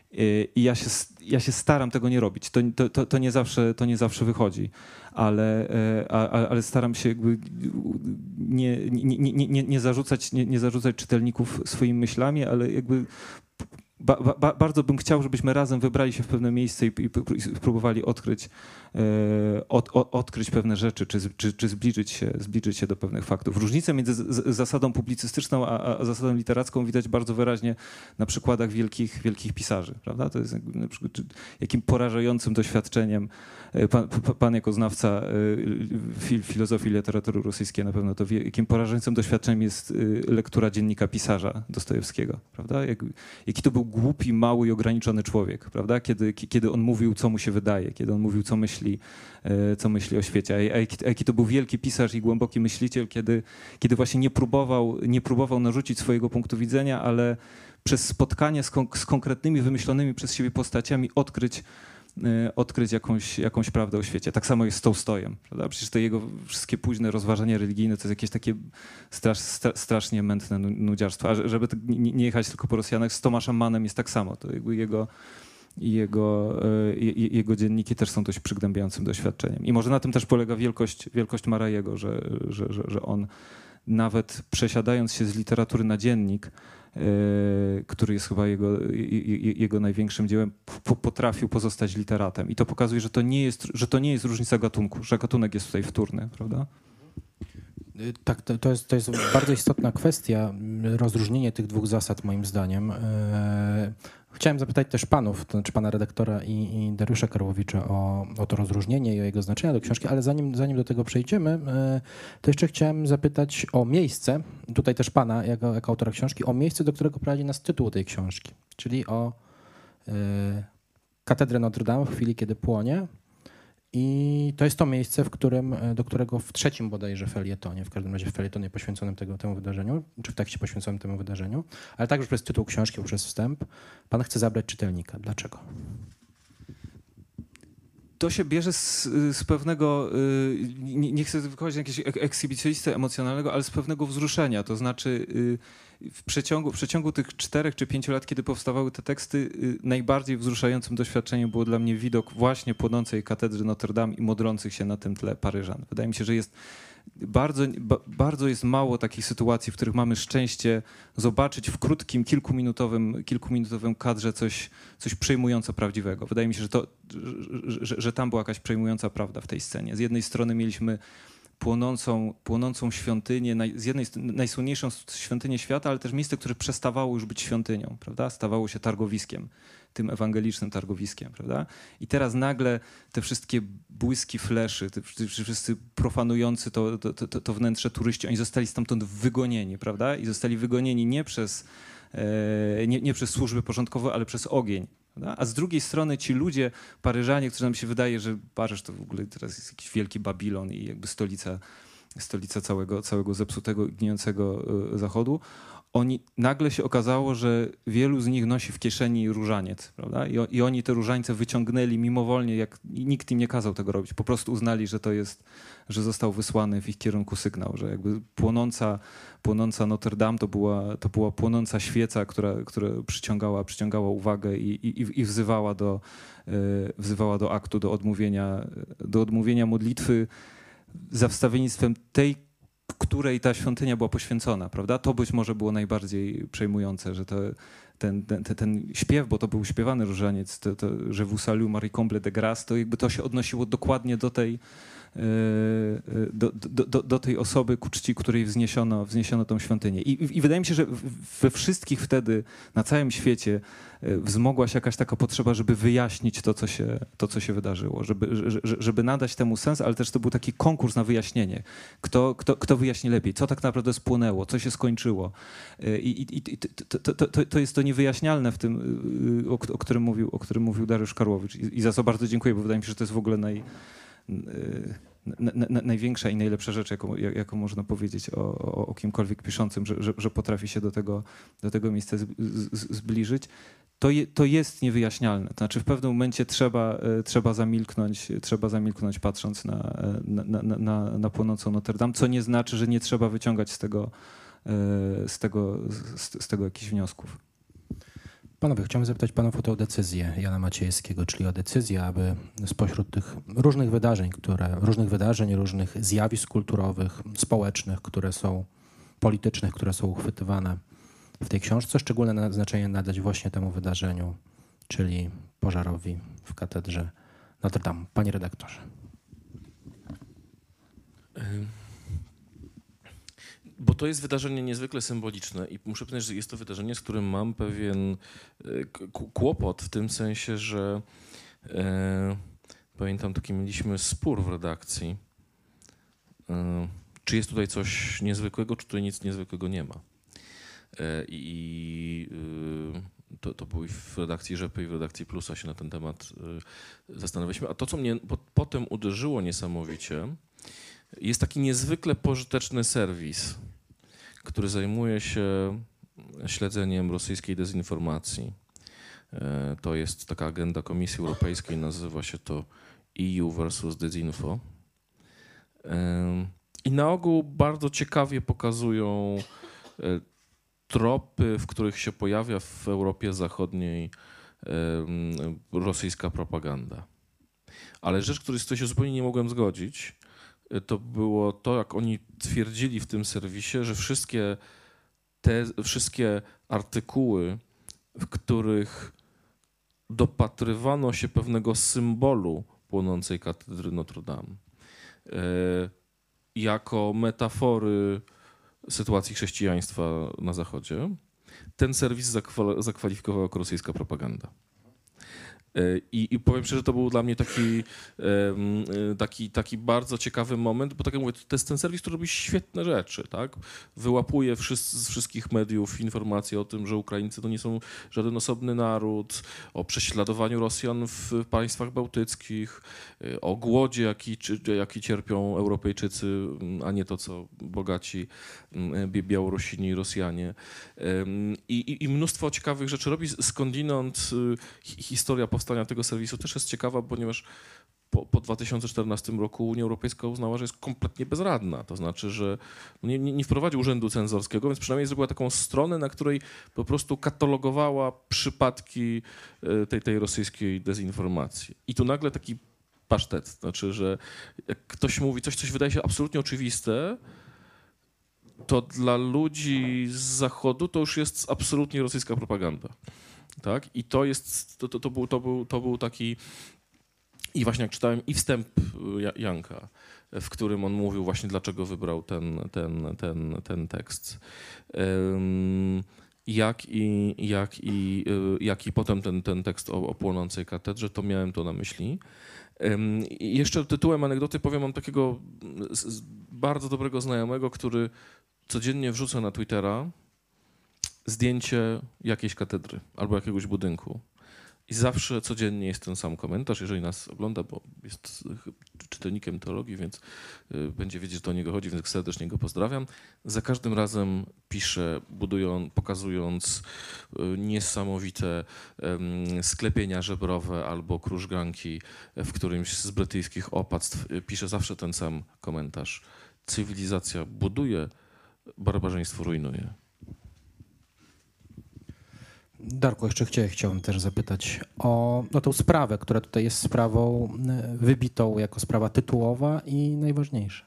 I ja się, ja się staram tego nie robić. To, to, to, nie, zawsze, to nie zawsze wychodzi, ale, ale staram się jakby nie, nie, nie, nie, nie, zarzucać, nie, nie zarzucać czytelników swoimi myślami, ale jakby ba, ba, bardzo bym chciał, żebyśmy razem wybrali się w pewne miejsce i, i, i spróbowali odkryć, e, od, od, odkryć pewne rzeczy, czy, czy, czy zbliżyć, się, zbliżyć się do pewnych faktów. Różnicę między z, zasadą publicystyczną a, a zasadą literacką widać bardzo wyraźnie na przykładach wielkich, wielkich pisarzy. Prawda? To jest jakby, na przykład, jakim porażającym doświadczeniem pan, pan jako znawca fil, filozofii i literatury rosyjskiej na pewno to wie, jakim porażającym doświadczeniem jest lektura dziennika pisarza Dostojewskiego. Prawda? Jak, jaki to był głupi, mały i ograniczony człowiek, prawda? Kiedy, kiedy on mówił, co mu się wydaje, kiedy on mówił, co myśli, co myśli o świecie. A jaki, a jaki to był wielki pisarz i głęboki myśliciel, kiedy, kiedy właśnie nie próbował, nie próbował narzucić swojego punktu widzenia, ale przez spotkanie z, kon- z konkretnymi, wymyślonymi przez siebie postaciami odkryć, odkryć jakąś, jakąś prawdę o świecie. Tak samo jest z Tołstojem, prawda? Przecież te jego wszystkie późne rozważania religijne to jest jakieś takie strasz, strasznie mętne nudziarstwo. A żeby nie jechać tylko po Rosjanach, z Tomaszem Mannem jest tak samo. To jakby jego, jego, jego dzienniki też są dość przygnębiającym doświadczeniem. I może na tym też polega wielkość, wielkość Marajego, że, że, że, że on nawet przesiadając się z literatury na dziennik, który jest chyba jego, jego największym dziełem, potrafił pozostać literatem. I to pokazuje, że to nie jest, że to nie jest różnica gatunku, że gatunek jest tutaj wtórny, prawda? Tak, to, to, jest, to jest bardzo istotna kwestia, rozróżnienie tych dwóch zasad moim zdaniem. Chciałem zapytać też panów, to znaczy pana redaktora i, i Dariusza Karłowicza o, o to rozróżnienie i o jego znaczenia do książki, ale zanim, zanim do tego przejdziemy, to jeszcze chciałem zapytać o miejsce, tutaj też pana jako, jako autora książki, o miejsce, do którego prowadzi nas tytuł tej książki, czyli o y, katedrę Notre Dame w chwili, kiedy płonie. I to jest to miejsce, w którym, do którego w trzecim bodajże felietonie, w każdym razie w felietonie poświęconym tego, temu wydarzeniu, czy w tekście poświęconym temu wydarzeniu, ale także przez tytuł książki, przez wstęp, pan chce zabrać czytelnika. Dlaczego? to się bierze z, z pewnego, nie, nie chcę wychodzić na jakiegoś ekshibicjonistę emocjonalnego, ale z pewnego wzruszenia. To znaczy w przeciągu, w przeciągu tych czterech czy pięciu lat, kiedy powstawały te teksty, najbardziej wzruszającym doświadczeniem było dla mnie widok właśnie płonącej katedry Notre Dame i modlących się na tym tle Paryżan. Wydaje mi się, że jest Bardzo, ba, bardzo jest mało takich sytuacji, w których mamy szczęście zobaczyć w krótkim, kilkuminutowym, kilkuminutowym kadrze coś, coś przejmująco prawdziwego. Wydaje mi się, że, to, że, że, że tam była jakaś przejmująca prawda w tej scenie. Z jednej strony mieliśmy płonącą, płonącą świątynię, naj, z jednej strony najsłynniejszą świątynię świata, ale też miejsce, które przestawało już być świątynią, prawda? Stawało się targowiskiem, tym ewangelicznym targowiskiem, prawda? I teraz nagle te wszystkie błyski fleszy, te, te wszyscy profanujący to, to, to, to wnętrze turyści, oni zostali stamtąd wygonieni, prawda? I zostali wygonieni nie przez, e, nie, nie przez służby porządkowe, ale przez ogień. Prawda? A z drugiej strony ci ludzie, Paryżanie, którzy nam się wydaje, że Paryż to w ogóle teraz jest jakiś wielki Babilon i jakby stolica, stolica całego, całego zepsutego, gnijącego e, zachodu, oni, nagle się okazało, że wielu z nich nosi w kieszeni różaniec, prawda? I, o, i oni te różańce wyciągnęli mimowolnie, jak nikt im nie kazał tego robić. Po prostu uznali, że to jest, że został wysłany w ich kierunku sygnał, że jakby płonąca, płonąca Notre Dame to była, to była płonąca świeca, która, która przyciągała, przyciągała uwagę i, i, i wzywała do, yy, wzywała do aktu, do odmówienia, do odmówienia modlitwy za wstawiennictwem tej, której ta świątynia była poświęcona, prawda? To być może było najbardziej przejmujące, że to, ten, ten, ten śpiew, bo to był śpiewany różaniec, to, to, że vous salue Marie comble de grâce, to jakby to się odnosiło dokładnie do tej, do, do, do, do tej osoby ku czci, której wzniesiono, wzniesiono tą świątynię. I, I wydaje mi się, że we wszystkich wtedy na całym świecie wzmogła się jakaś taka potrzeba, żeby wyjaśnić to, co się, to, co się wydarzyło, żeby, żeby nadać temu sens, ale też to był taki konkurs na wyjaśnienie. Kto, kto, kto wyjaśni lepiej, co tak naprawdę spłonęło, co się skończyło. I, i, i to, to, to, to jest to niewyjaśnialne w tym, o, o, którym, mówił, o którym mówił Dariusz Karłowicz. I, i za co bardzo dziękuję, bo wydaje mi się, że to jest w ogóle naj... Na, na, największa i najlepsza rzecz, jaką, jaką można powiedzieć o, o, o kimkolwiek piszącym, że, że, że potrafi się do tego, do tego miejsca z, z, zbliżyć, to, je, to jest niewyjaśnialne. To znaczy w pewnym momencie trzeba, trzeba, zamilknąć, trzeba zamilknąć patrząc na, na, na, na, na płonącą Notre Dame, co nie znaczy, że nie trzeba wyciągać z tego, z tego, z, z tego jakichś wniosków. Panowie, chciałbym zapytać panów o tę decyzję Jana Maciejewskiego, czyli o decyzję, aby spośród tych różnych wydarzeń, które, różnych wydarzeń, różnych zjawisk kulturowych, społecznych, które są politycznych, które są uchwytywane w tej książce, szczególne znaczenie nadać właśnie temu wydarzeniu, czyli pożarowi w katedrze Notre Dame. Panie redaktorze. Bo to jest wydarzenie niezwykle symboliczne i muszę powiedzieć, że jest to wydarzenie, z którym mam pewien kłopot w tym sensie, że e, pamiętam, taki mieliśmy spór w redakcji, e, czy jest tutaj coś niezwykłego, czy tutaj nic niezwykłego nie ma. E, I e, to, to było i w redakcji Rzepy i w redakcji Plusa się na ten temat e, zastanawialiśmy. A to, co mnie po, potem uderzyło niesamowicie, jest taki niezwykle pożyteczny serwis, który zajmuje się śledzeniem rosyjskiej dezinformacji. To jest taka agenda Komisji Europejskiej, nazywa się to E U versus Dezinfo. I na ogół bardzo ciekawie pokazują tropy, w których się pojawia w Europie Zachodniej rosyjska propaganda. Ale rzecz, której z której się zupełnie nie mogłem zgodzić, to było to, jak oni twierdzili w tym serwisie, że wszystkie te wszystkie artykuły, w których dopatrywano się pewnego symbolu płonącej katedry Notre Dame jako metafory sytuacji chrześcijaństwa na Zachodzie, ten serwis zakwalifikował jako rosyjska propaganda. I, I powiem szczerze, że to był dla mnie taki, taki, taki bardzo ciekawy moment, bo tak jak mówię, to jest ten serwis, który robi świetne rzeczy, tak? Wyłapuje wszyscy, z wszystkich mediów informacje o tym, że Ukraińcy to nie są żaden osobny naród, o prześladowaniu Rosjan w państwach bałtyckich, o głodzie, jaki, jaki cierpią Europejczycy, a nie to, co bogaci Białorusini i Rosjanie. I, i, i mnóstwo ciekawych rzeczy robi. Skądinąd historia powstania tego serwisu też jest ciekawa, ponieważ po, po dwa tysiące czternastym roku Unia Europejska uznała, że jest kompletnie bezradna. To znaczy, że nie, nie, nie wprowadził urzędu cenzorskiego, więc przynajmniej zrobiła taką stronę, na której po prostu katalogowała przypadki tej, tej rosyjskiej dezinformacji. I tu nagle taki pasztet, znaczy, że jak ktoś mówi coś, coś wydaje się absolutnie oczywiste, to dla ludzi z Zachodu to już jest absolutnie rosyjska propaganda. Tak? I to jest, to, to, to, był, to, był, to był taki, i właśnie jak czytałem i wstęp Janka, w którym on mówił właśnie, dlaczego wybrał ten, ten, ten, ten tekst, jak i, jak i, jak i potem ten, ten tekst o, o płonącej katedrze, to miałem to na myśli. I jeszcze tytułem anegdoty powiem, mam takiego bardzo dobrego znajomego, który codziennie wrzuca na Twittera zdjęcie jakiejś katedry albo jakiegoś budynku. I zawsze codziennie jest ten sam komentarz, jeżeli nas ogląda, bo jest czytelnikiem teologii, więc będzie wiedzieć, że to o niego chodzi, więc serdecznie go pozdrawiam. Za każdym razem pisze, budując, pokazując niesamowite sklepienia żebrowe albo krużganki w którymś z brytyjskich opactw. Pisze zawsze ten sam komentarz. Cywilizacja buduje, barbarzyństwo rujnuje. Darku, jeszcze chciałem, chciałem też zapytać o, o tą sprawę, która tutaj jest sprawą wybitą jako sprawa tytułowa i najważniejsza.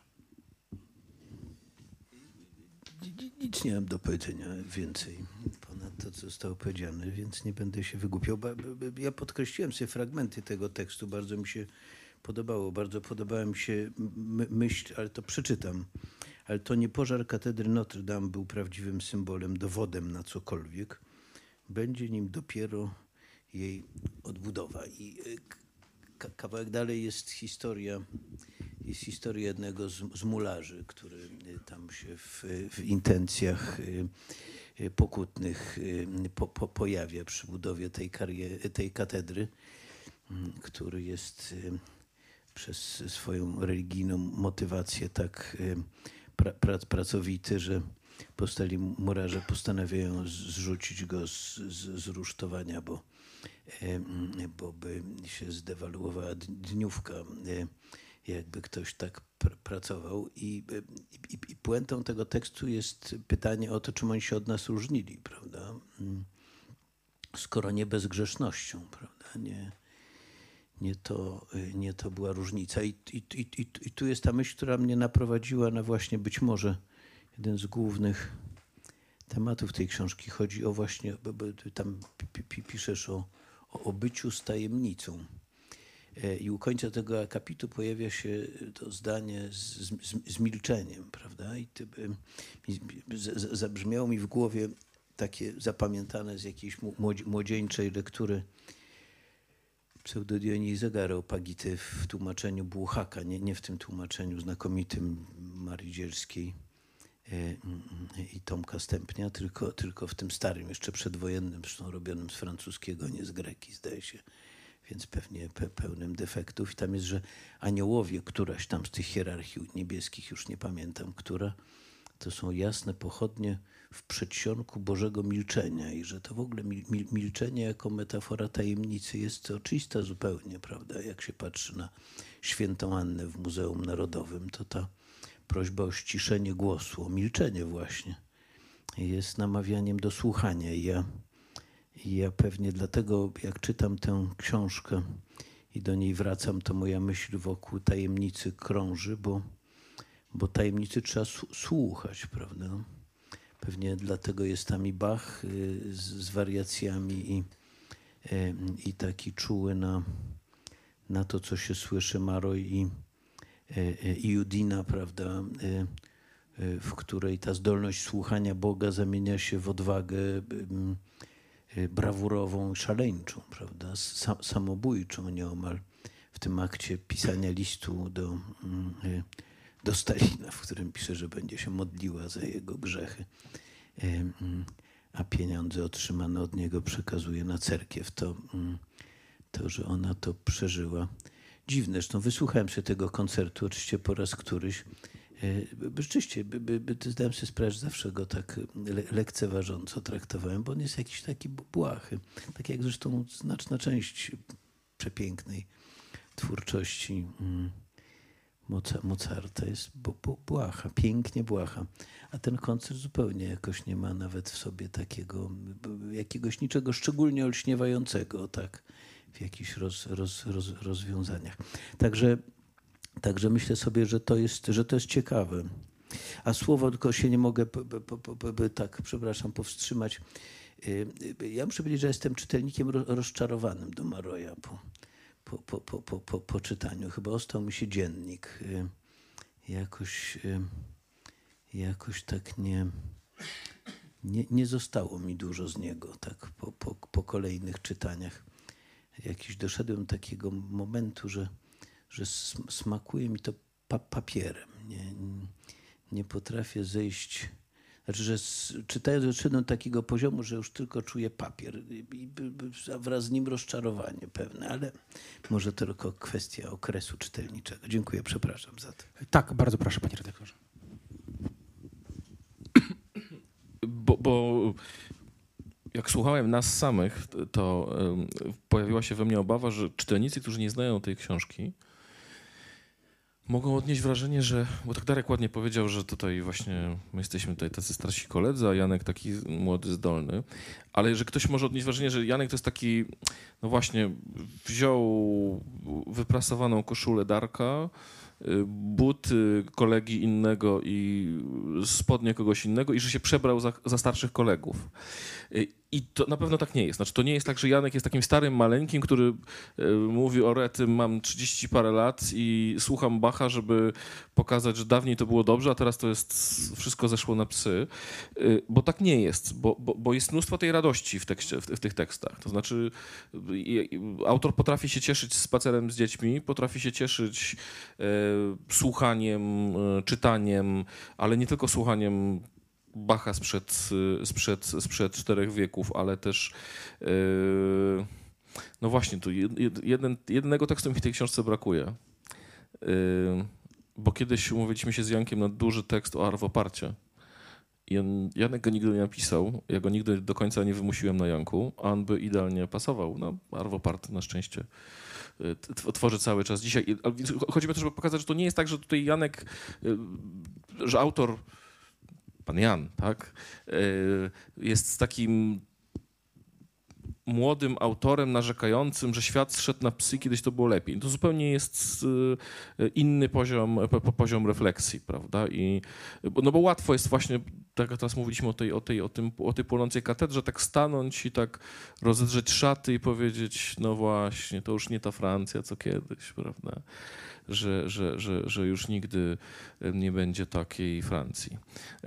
Nic nie mam do powiedzenia więcej ponad to, co zostało powiedziane, więc nie będę się wygłupiał. Ja podkreśliłem sobie fragmenty tego tekstu, bardzo mi się podobało, bardzo podobała mi się myśl, ale to przeczytam. Ale to nie pożar katedry Notre Dame był prawdziwym symbolem, dowodem na cokolwiek. Będzie nim dopiero jej odbudowa. I kawałek dalej jest historia, jest historia jednego z, z mularzy, który tam się w, w intencjach pokutnych po, po, pojawia przy budowie tej, karier, tej katedry, który jest przez swoją religijną motywację tak pra, pra, pracowity, że powstali murarze postanawiają zrzucić go z, z, z rusztowania, bo, bo by się zdewaluowała dniówka, jakby ktoś tak pr pracował. I, i, I puentą tego tekstu jest pytanie o to, czym oni się od nas różnili, prawda? Skoro nie bezgrzesznością, prawda? Nie, nie, to, nie to była różnica. I, i, i, i tu jest ta myśl, która mnie naprowadziła na właśnie być może jeden z głównych tematów tej książki. Chodzi o właśnie, bo, bo tam piszesz o, o byciu z tajemnicą. I u końca tego akapitu pojawia się to zdanie z, z, z milczeniem, prawda? I ty, z, zabrzmiało mi w głowie takie zapamiętane z jakiejś młodzieńczej lektury pseudo-Dionizego Areopagity w tłumaczeniu Błuchaka, nie, nie w tym tłumaczeniu znakomitym Marii Dzielskiej i Tomka Stępnia, tylko, tylko w tym starym, jeszcze przedwojennym, zresztą robionym z francuskiego, nie z greki, zdaje się, więc pewnie pe, pełnym defektów. I tam jest, że aniołowie, któraś tam z tych hierarchii niebieskich, już nie pamiętam, która, to są jasne pochodnie w przedsionku Bożego milczenia i że to w ogóle mil, mil, milczenie jako metafora tajemnicy jest oczywista zupełnie, prawda? Jak się patrzy na świętą Annę w Muzeum Narodowym, to ta prośba o ściszenie głosu, o milczenie właśnie jest namawianiem do słuchania. I ja, i ja pewnie dlatego, jak czytam tę książkę i do niej wracam, to moja myśl wokół tajemnicy krąży, bo, bo tajemnicy trzeba słuchać, prawda? Pewnie dlatego jest tam i Bach z, z wariacjami i, i taki czuły na, na to, co się słyszy, Maroj i i Judina, prawda, w której ta zdolność słuchania Boga zamienia się w odwagę brawurową, szaleńczą, prawda, samobójczą nieomal w tym akcie pisania listu do, do Stalina, w którym pisze, że będzie się modliła za jego grzechy, a pieniądze otrzymane od niego przekazuje na cerkiew. To, to że ona to przeżyła. Dziwne, zresztą wysłuchałem się tego koncertu, oczywiście po raz któryś. Rzeczywiście, by, by, by, zdałem sobie sprawę, że zawsze go tak le, lekceważąco traktowałem, bo on jest jakiś taki błahy. Tak jak zresztą znaczna część przepięknej twórczości mm, Moca- Mozarta jest bu- bu- błaha, pięknie błaha. A ten koncert zupełnie jakoś nie ma nawet w sobie takiego, b- jakiegoś niczego szczególnie olśniewającego, tak, w jakichś roz, roz, roz, rozwiązaniach. Także, także myślę sobie, że to jest, że to jest ciekawe. A słowo, tylko się nie mogę, p- p- p- p- p- tak, przepraszam, powstrzymać. Y, y, Ja muszę powiedzieć, że jestem czytelnikiem ro- rozczarowanym do Maroya po, po, po, po, po, po, po czytaniu. Chyba ostał mi się dziennik. Y, Jakoś, y, jakoś tak nie, nie, nie zostało mi dużo z niego, tak, po, po, po kolejnych czytaniach. Jakiś doszedłem do takiego momentu, że, że sm- smakuje mi to pa- papierem. Nie, nie potrafię zejść. Znaczy, że z, czytając doszedłem do takiego poziomu, że już tylko czuję papier i, i, a wraz z nim rozczarowanie pewne, ale może to tylko kwestia okresu czytelniczego. Dziękuję, przepraszam za to. Tak, bardzo proszę, panie redaktorze. Bo, bo jak słuchałem nas samych, to um, pojawiła się we mnie obawa, że czytelnicy, którzy nie znają tej książki, mogą odnieść wrażenie, że, bo tak Darek ładnie powiedział, że tutaj właśnie my jesteśmy tutaj tacy starsi koledzy, a Janek taki młody, zdolny, ale że ktoś może odnieść wrażenie, że Janek to jest taki, no właśnie, wziął wyprasowaną koszulę Darka, buty kolegi innego i spodnie kogoś innego i że się przebrał za, za starszych kolegów. I to na pewno tak nie jest. Znaczy, to nie jest tak, że Janek jest takim starym, maleńkim, który mówi o rety, mam trzydzieści parę lat i słucham Bacha, żeby pokazać, że dawniej to było dobrze, a teraz to jest, wszystko zeszło na psy. Bo tak nie jest, bo, bo, bo jest mnóstwo tej radości w, tekście, w, w tych tekstach. To znaczy autor potrafi się cieszyć spacerem z dziećmi, potrafi się cieszyć e, słuchaniem, e, czytaniem, ale nie tylko słuchaniem Bacha sprzed, sprzed, sprzed czterech wieków, ale też yy, no właśnie, tu jeden, jednego tekstu mi w tej książce brakuje. Yy, bo kiedyś umówiliśmy się z Jankiem na duży tekst o arwoparcie. I on, Janek go nigdy nie napisał, ja go nigdy do końca nie wymusiłem na Janku, a on by idealnie pasował. No, arwopart na szczęście tworzy cały czas dzisiaj. Chodzi mi o to, żeby pokazać, że to nie jest tak, że tutaj Janek, że autor pan Jan, tak, jest takim młodym autorem narzekającym, że świat zszedł na psy, kiedyś to było lepiej. To zupełnie jest inny poziom, poziom refleksji, prawda? I, no bo łatwo jest właśnie, tak jak teraz mówiliśmy o tej, o tej, o tym, o tej płonącej katedrze, tak stanąć i tak rozedrzeć szaty i powiedzieć, no właśnie, to już nie ta Francja, co kiedyś, prawda? Że, że, że, że już nigdy nie będzie takiej Francji.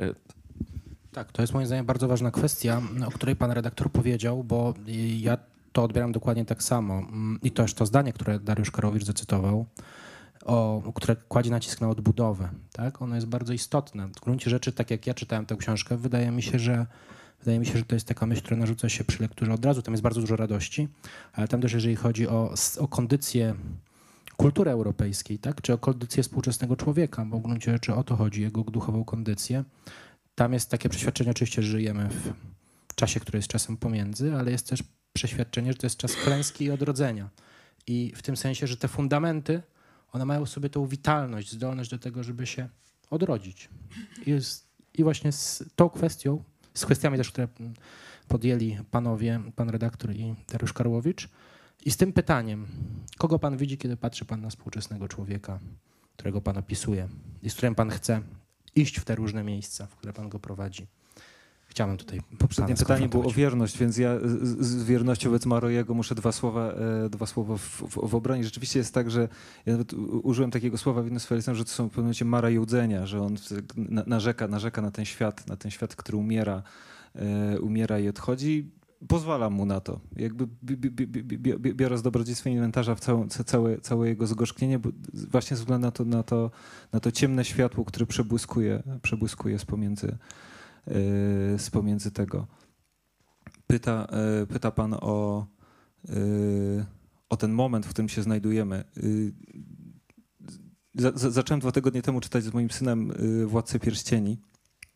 Tak, to jest moim zdaniem bardzo ważna kwestia, o której pan redaktor powiedział, bo ja to odbieram dokładnie tak samo. I też to zdanie, które Dariusz Karłowicz zacytował, o, które kładzie nacisk na odbudowę, tak? Ono jest bardzo istotne. W gruncie rzeczy, tak jak ja czytałem tę książkę, wydaje mi się, że wydaje mi się, że to jest taka myśl, która narzuca się przy lekturze od razu. Tam jest bardzo dużo radości, ale tam też, jeżeli chodzi o, o kondycję kultury europejskiej, tak? Czy o kondycję współczesnego człowieka, bo w gruncie rzeczy o to chodzi, jego duchową kondycję. Tam jest takie przeświadczenie, oczywiście, że żyjemy w czasie, który jest czasem pomiędzy, ale jest też przeświadczenie, że to jest czas klęski i odrodzenia. I w tym sensie, że te fundamenty, one mają w sobie tą witalność, zdolność do tego, żeby się odrodzić. I, jest, i właśnie z tą kwestią, z kwestiami też, które podjęli panowie, pan redaktor i Dariusz Karłowicz, i z tym pytaniem, kogo pan widzi, kiedy patrzy pan na współczesnego człowieka, którego pan opisuje i z którym pan chce iść w te różne miejsca, w które pan go prowadzi. Chciałem tutaj... Poprzednie pytanie było o wierność, więc ja z, z wiernością wobec Maroyego muszę dwa słowa, e, dwa słowa w, w, w obronie. Rzeczywiście jest tak, że ja nawet użyłem takiego słowa w jednym swoim że to są w pewnym momencie marajudzenia, że on narzeka, narzeka na ten świat, na ten świat, który umiera, e, umiera i odchodzi. Pozwalam mu na to. Jakby biorę z dobrodziejstwa inwentarza w całe, całe, całe jego zgorzknienie, bo właśnie ze względu na to, na to, na to ciemne światło, które przebłyskuje, przebłyskuje z pomiędzy, yy, z pomiędzy tego. Pyta, yy, pyta pan o, yy, o ten moment, w którym się znajdujemy. Yy, za, za, zacząłem dwa tygodnie temu czytać z moim synem yy, Władcę Pierścieni.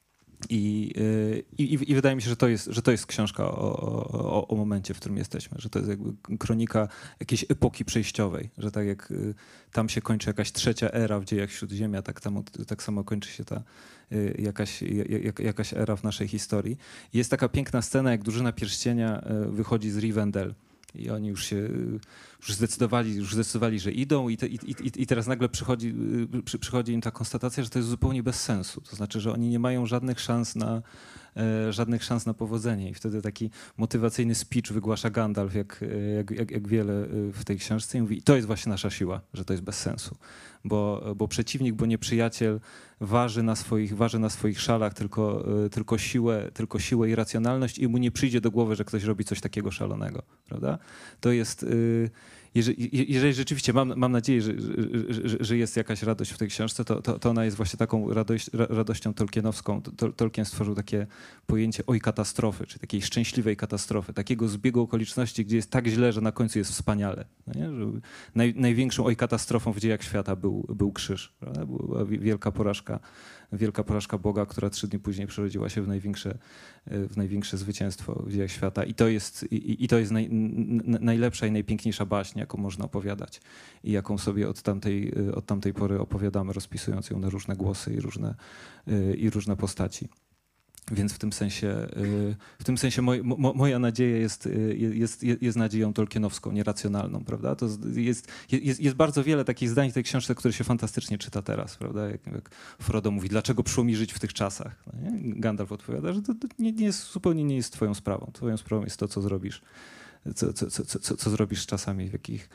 I, i, I wydaje mi się, że to jest, że to jest książka o, o, o momencie, w którym jesteśmy, że to jest jakby kronika jakiejś epoki przejściowej, że tak jak tam się kończy jakaś trzecia era w dziejach Śródziemia, tak, tam, tak samo kończy się ta jakaś, jak, jakaś era w naszej historii. Jest taka piękna scena, jak drużyna Pierścienia wychodzi z Rivendell. I oni już się już zdecydowali, już zdecydowali, że idą i, te, i, i, i teraz nagle przychodzi, przy, przychodzi im ta konstatacja, że to jest zupełnie bez sensu. To znaczy, że oni nie mają żadnych szans na, e, żadnych szans na powodzenie. I wtedy taki motywacyjny speech wygłasza Gandalf, jak, jak, jak, jak wiele w tej książce. I mówi, i to jest właśnie nasza siła, że to jest bez sensu. Bo, bo przeciwnik, bo nieprzyjaciel waży na swoich, waży na swoich szalach tylko, tylko, siłę, tylko siłę i racjonalność i mu nie przyjdzie do głowy, że ktoś robi coś takiego szalonego, prawda? To jest, jeżeli, jeżeli rzeczywiście mam, mam nadzieję, że, że, że jest jakaś radość w tej książce, to, to, to ona jest właśnie taką radość, radością tolkienowską. Tolkien stworzył takie pojęcie oj katastrofy, czy takiej szczęśliwej katastrofy, takiego zbiegu okoliczności, gdzie jest tak źle, że na końcu jest wspaniale. No nie? Że naj, największą oj katastrofą w dziejach świata był, był krzyż. Prawda? Była wielka porażka, wielka porażka Boga, która trzy dni później przerodziła się w największe, w największe zwycięstwo w dziejach świata. I to jest, i, i to jest naj, najlepsza i najpiękniejsza baśń, jaką można opowiadać i jaką sobie od tamtej, od tamtej pory opowiadamy, rozpisując ją na różne głosy i różne, i różne postaci. Więc w tym sensie, w tym sensie moj, mo, moja nadzieja jest, jest, jest nadzieją tolkienowską, nieracjonalną, prawda? To jest, jest, jest bardzo wiele takich zdań w tej książce, które się fantastycznie czyta teraz, prawda? Jak, jak Frodo mówi, dlaczego przyszło mi żyć w tych czasach? No nie? Gandalf odpowiada, że to, to nie, nie jest, zupełnie nie jest twoją sprawą. Twoją sprawą jest to, co zrobisz, co, co, co, co, co zrobisz z czasami, w jakich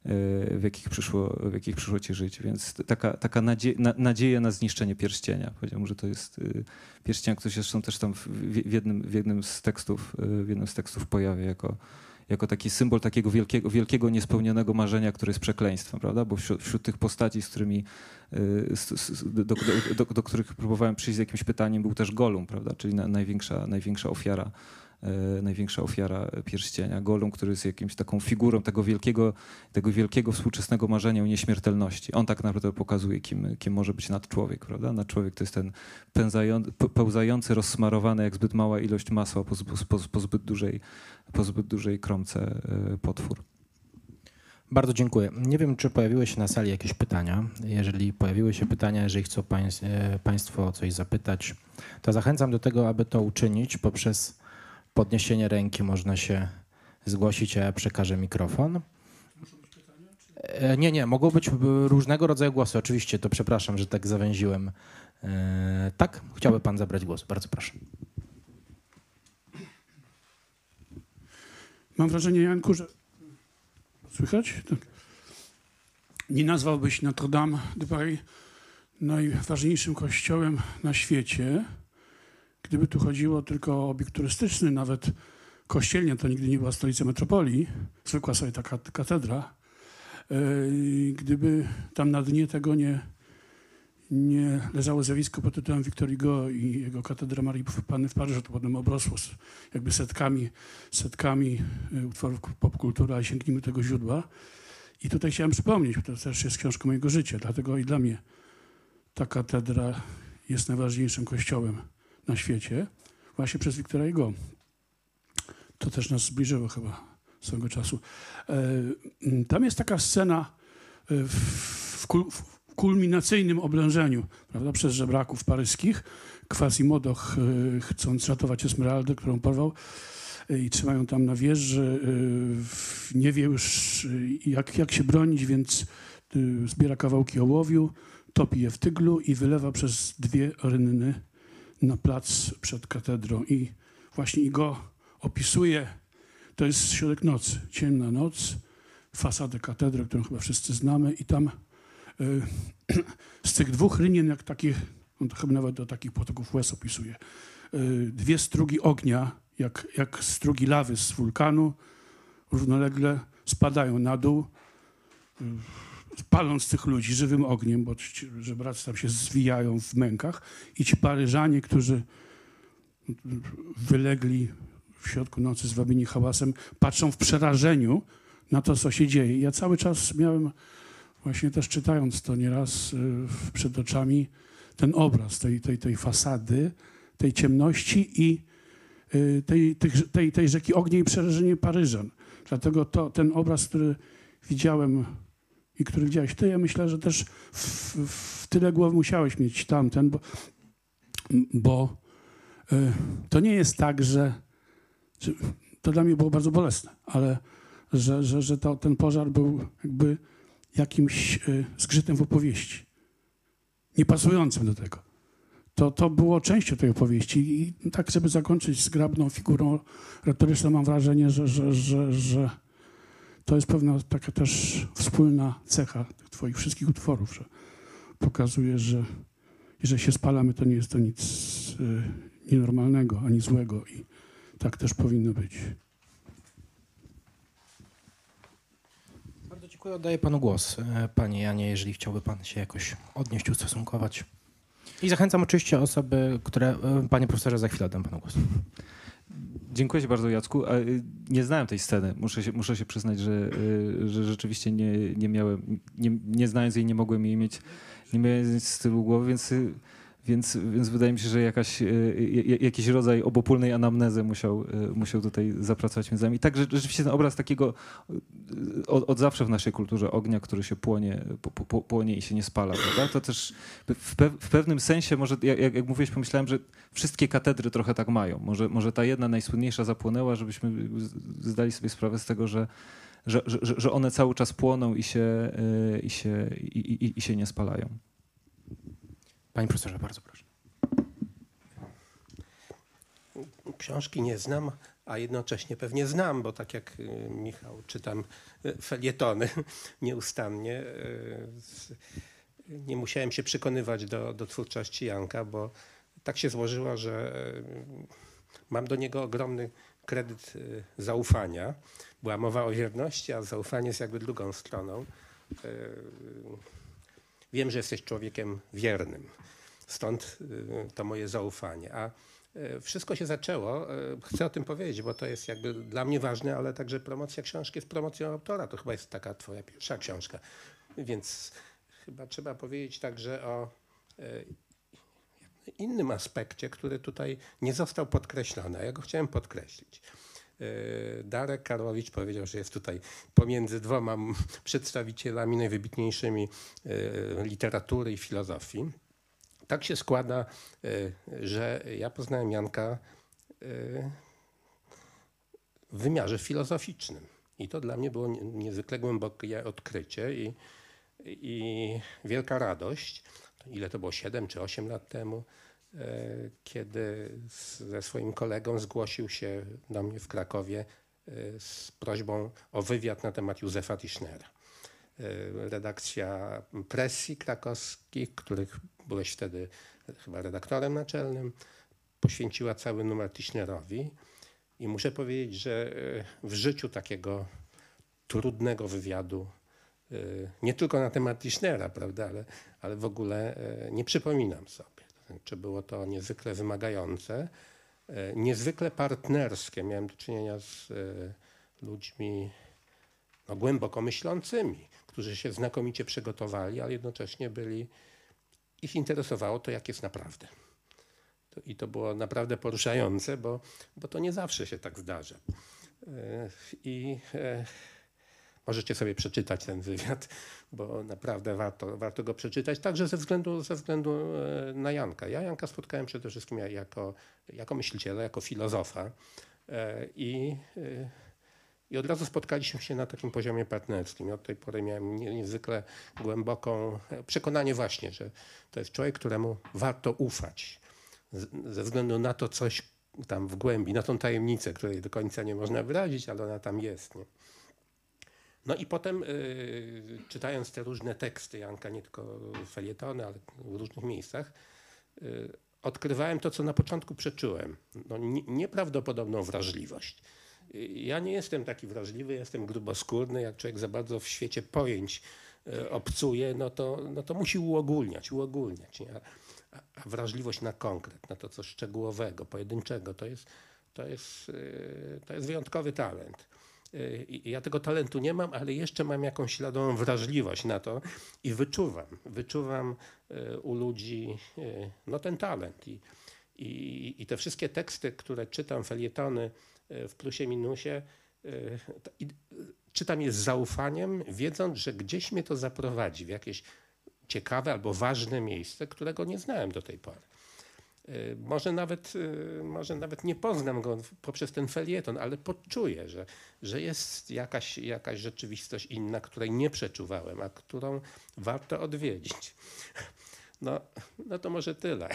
w jakich przyszło, w jakich przyszło ci żyć. Więc taka, taka nadzie, na, nadzieja na zniszczenie pierścienia. Powiedziałbym, że to jest pierścień, który się zresztą też tam w, w, jednym, w jednym z tekstów, w jednym z tekstów pojawia jako, jako taki symbol takiego wielkiego, wielkiego niespełnionego marzenia, które jest przekleństwem, prawda? Bo wśród, wśród tych postaci, z którymi, do, do, do, do których próbowałem przyjść z jakimś pytaniem, był też Gollum, prawda? Czyli na, największa, największa ofiara największa ofiara pierścienia. Gollum, który jest jakimś taką figurą tego wielkiego, tego wielkiego współczesnego marzenia o nieśmiertelności. On tak naprawdę pokazuje, kim, kim może być nadczłowiek, prawda? Nadczłowiek to jest ten pędzający, pełzający, rozsmarowany jak zbyt mała ilość masła po, po, po, zbyt, dużej, po zbyt dużej kromce potwór. Bardzo dziękuję. Nie wiem, czy pojawiły się na sali jakieś pytania. Jeżeli pojawiły się pytania, jeżeli chcą państw, Państwo coś zapytać, to zachęcam do tego, aby to uczynić poprzez podniesienie ręki. Można się zgłosić, a ja przekażę mikrofon. Nie, nie, mogą być różnego rodzaju głosy. Oczywiście, to przepraszam, że tak zawęziłem. Tak? Chciałby pan zabrać głos. Bardzo proszę. Mam wrażenie, Janku, że... Słychać? Tak. Nie nazwałbyś Notre Dame de Paris najważniejszym kościołem na świecie, gdyby tu chodziło tylko o obiekt turystyczny, nawet kościelnia to nigdy nie była stolicą metropolii, zwykła sobie taka katedra. Gdyby tam na dnie tego nie, nie leżało zjawisko pod tytułem Victor Hugo i jego katedra Marii Panny w Paryżu, to potem obrosło jakby setkami, setkami utworów popkultury, a sięgnijmy tego źródła. I tutaj chciałem przypomnieć, bo to też jest książka mojego życia, dlatego i dla mnie ta katedra jest najważniejszym kościołem na świecie, właśnie przez Victora Hugo. To też nas zbliżyło chyba swego czasu. Tam jest taka scena w kulminacyjnym oblężeniu, prawda, przez żebraków paryskich. Quasimodo, chcąc ratować Esmeraldę, którą porwał, i trzymają tam na wieży, nie wie już jak, jak się bronić, więc zbiera kawałki ołowiu, topi je w tyglu i wylewa przez dwie rynny na plac przed katedrą. I właśnie i go opisuje, to jest środek nocy, ciemna noc, fasadę katedry, którą chyba wszyscy znamy, i tam y, z tych dwóch rynien, jak takich, on to chyba nawet do takich potoków łez opisuje, y, dwie strugi ognia, jak, jak strugi lawy z wulkanu, równolegle spadają na dół, y, paląc tych ludzi żywym ogniem, bo ci żebracy tam się zwijają w mękach, i ci Paryżanie, którzy wylegli w środku nocy zwabieni hałasem, patrzą w przerażeniu na to, co się dzieje. Ja cały czas miałem, właśnie też czytając to nieraz przed oczami, ten obraz tej, tej, tej fasady, tej ciemności i y, tej, tych, tej, tej rzeki ognia i przerażenie Paryżan. Dlatego to, ten obraz, który widziałem i który widziałeś ty, ja myślę, że też w, w tyle głowy musiałeś mieć tamten, bo, bo y, to nie jest tak, że, że to dla mnie było bardzo bolesne, ale że, że, że to, ten pożar był jakby jakimś y, zgrzytem w opowieści, niepasującym do tego. To, to było częścią tej opowieści i tak, żeby zakończyć zgrabną figurą retoryczną, mam wrażenie, że, że, że, że to jest pewna taka też wspólna cecha tych twoich wszystkich utworów, że pokazuje, że jeżeli się spalamy, to nie jest to nic y, nienormalnego, ani złego i tak też powinno być. Bardzo dziękuję. Oddaję panu głos, panie Janie, jeżeli chciałby pan się jakoś odnieść, ustosunkować. I zachęcam oczywiście osoby, które... Panie profesorze, za chwilę oddam panu głos. Dziękuję ci bardzo, Jacku. A, y, Nie znałem tej sceny. Muszę się, muszę się przyznać, że, y, że rzeczywiście nie, nie miałem, nie, nie znając jej, nie mogłem jej mieć, nie miałem z tyłu głowy, więc, y, więc, więc wydaje mi się, że jakaś, y, y, jakiś rodzaj obopólnej anamnezy musiał, y, musiał tutaj zapracować między nami. I tak że, rzeczywiście ten obraz takiego y, od, od zawsze w naszej kulturze ognia, który się płonie, po, po, płonie i się nie spala, prawda? To też w, pe, w pewnym sensie, może jak, jak mówiłeś, pomyślałem, że wszystkie katedry trochę tak mają. Może, może ta jedna najsłynniejsza zapłonęła, żebyśmy zdali sobie sprawę z tego, że, że, że, że one cały czas płoną i się, y, i się, i, i, i się nie spalają. Panie profesorze, bardzo proszę. Książki nie znam, a jednocześnie pewnie znam, bo tak jak y, Michał, czytam y, felietony nieustannie. Y, nie musiałem się przekonywać do, do twórczości Janka, bo tak się złożyło, że y, mam do niego ogromny kredyt y, zaufania. Była mowa o wierności, a zaufanie jest jakby drugą stroną. Y, wiem, że jesteś człowiekiem wiernym. Stąd y, to moje zaufanie. A wszystko się zaczęło, chcę o tym powiedzieć, bo to jest jakby dla mnie ważne, ale także promocja książki jest promocją autora. To chyba jest taka twoja pierwsza książka. Więc chyba trzeba powiedzieć także o innym aspekcie, który tutaj nie został podkreślony, a ja go chciałem podkreślić. Darek Karłowicz powiedział, że jest tutaj pomiędzy dwoma przedstawicielami najwybitniejszymi literatury i filozofii. Tak się składa, że ja poznałem Janka w wymiarze filozoficznym. I to dla mnie było niezwykle głębokie odkrycie i, i wielka radość. Ile to było, siedem czy osiem lat temu, kiedy ze swoim kolegą zgłosił się do mnie w Krakowie z prośbą o wywiad na temat Józefa Tischnera. Redakcja Presji krakowskich, których byłeś wtedy chyba redaktorem naczelnym, poświęciła cały numer Tischnerowi. I muszę powiedzieć, że w życiu takiego trudnego wywiadu, nie tylko na temat Tischnera, prawda, ale, ale w ogóle nie przypominam sobie. To znaczy, było to niezwykle wymagające, niezwykle partnerskie. Miałem do czynienia z ludźmi no, głęboko myślącymi, którzy się znakomicie przygotowali, ale jednocześnie byli, ich interesowało to, jak jest naprawdę. To, I to było naprawdę poruszające, bo, bo to nie zawsze się tak zdarza. I e, możecie sobie przeczytać ten wywiad, bo naprawdę warto, warto go przeczytać, także ze względu, ze względu na Janka. Ja Janka spotkałem przede wszystkim jako, jako myśliciela, jako filozofa i I od razu spotkaliśmy się na takim poziomie partnerskim. I od tej pory miałem niezwykle głęboką przekonanie właśnie, że to jest człowiek, któremu warto ufać. Ze względu na to coś tam w głębi, na tą tajemnicę, której do końca nie można wyrazić, ale ona tam jest. Nie? No i potem yy, czytając te różne teksty Janka, nie tylko felietony, ale w różnych miejscach, yy, odkrywałem to, co na początku przeczułem. No, nie, nieprawdopodobną wrażliwość. Ja nie jestem taki wrażliwy, jestem gruboskórny. Jak człowiek za bardzo w świecie pojęć y, obcuje, no to, no to musi uogólniać, uogólniać. Nie? A, a wrażliwość na konkret, na to, co szczegółowego, pojedynczego, to jest, to jest, y, to jest wyjątkowy talent. Y, I ja tego talentu nie mam, ale jeszcze mam jakąś śladową wrażliwość na to i wyczuwam, wyczuwam y, u ludzi y, no, ten talent. I, I, i te wszystkie teksty, które czytam, felietony w plusie, minusie, to, i, czytam je z zaufaniem, wiedząc, że gdzieś mnie to zaprowadzi w jakieś ciekawe albo ważne miejsce, którego nie znałem do tej pory. Może nawet, może nawet nie poznam go poprzez ten felieton, ale poczuję, że, że jest jakaś, jakaś rzeczywistość inna, której nie przeczuwałem, a którą warto odwiedzić. No, no to może tyle.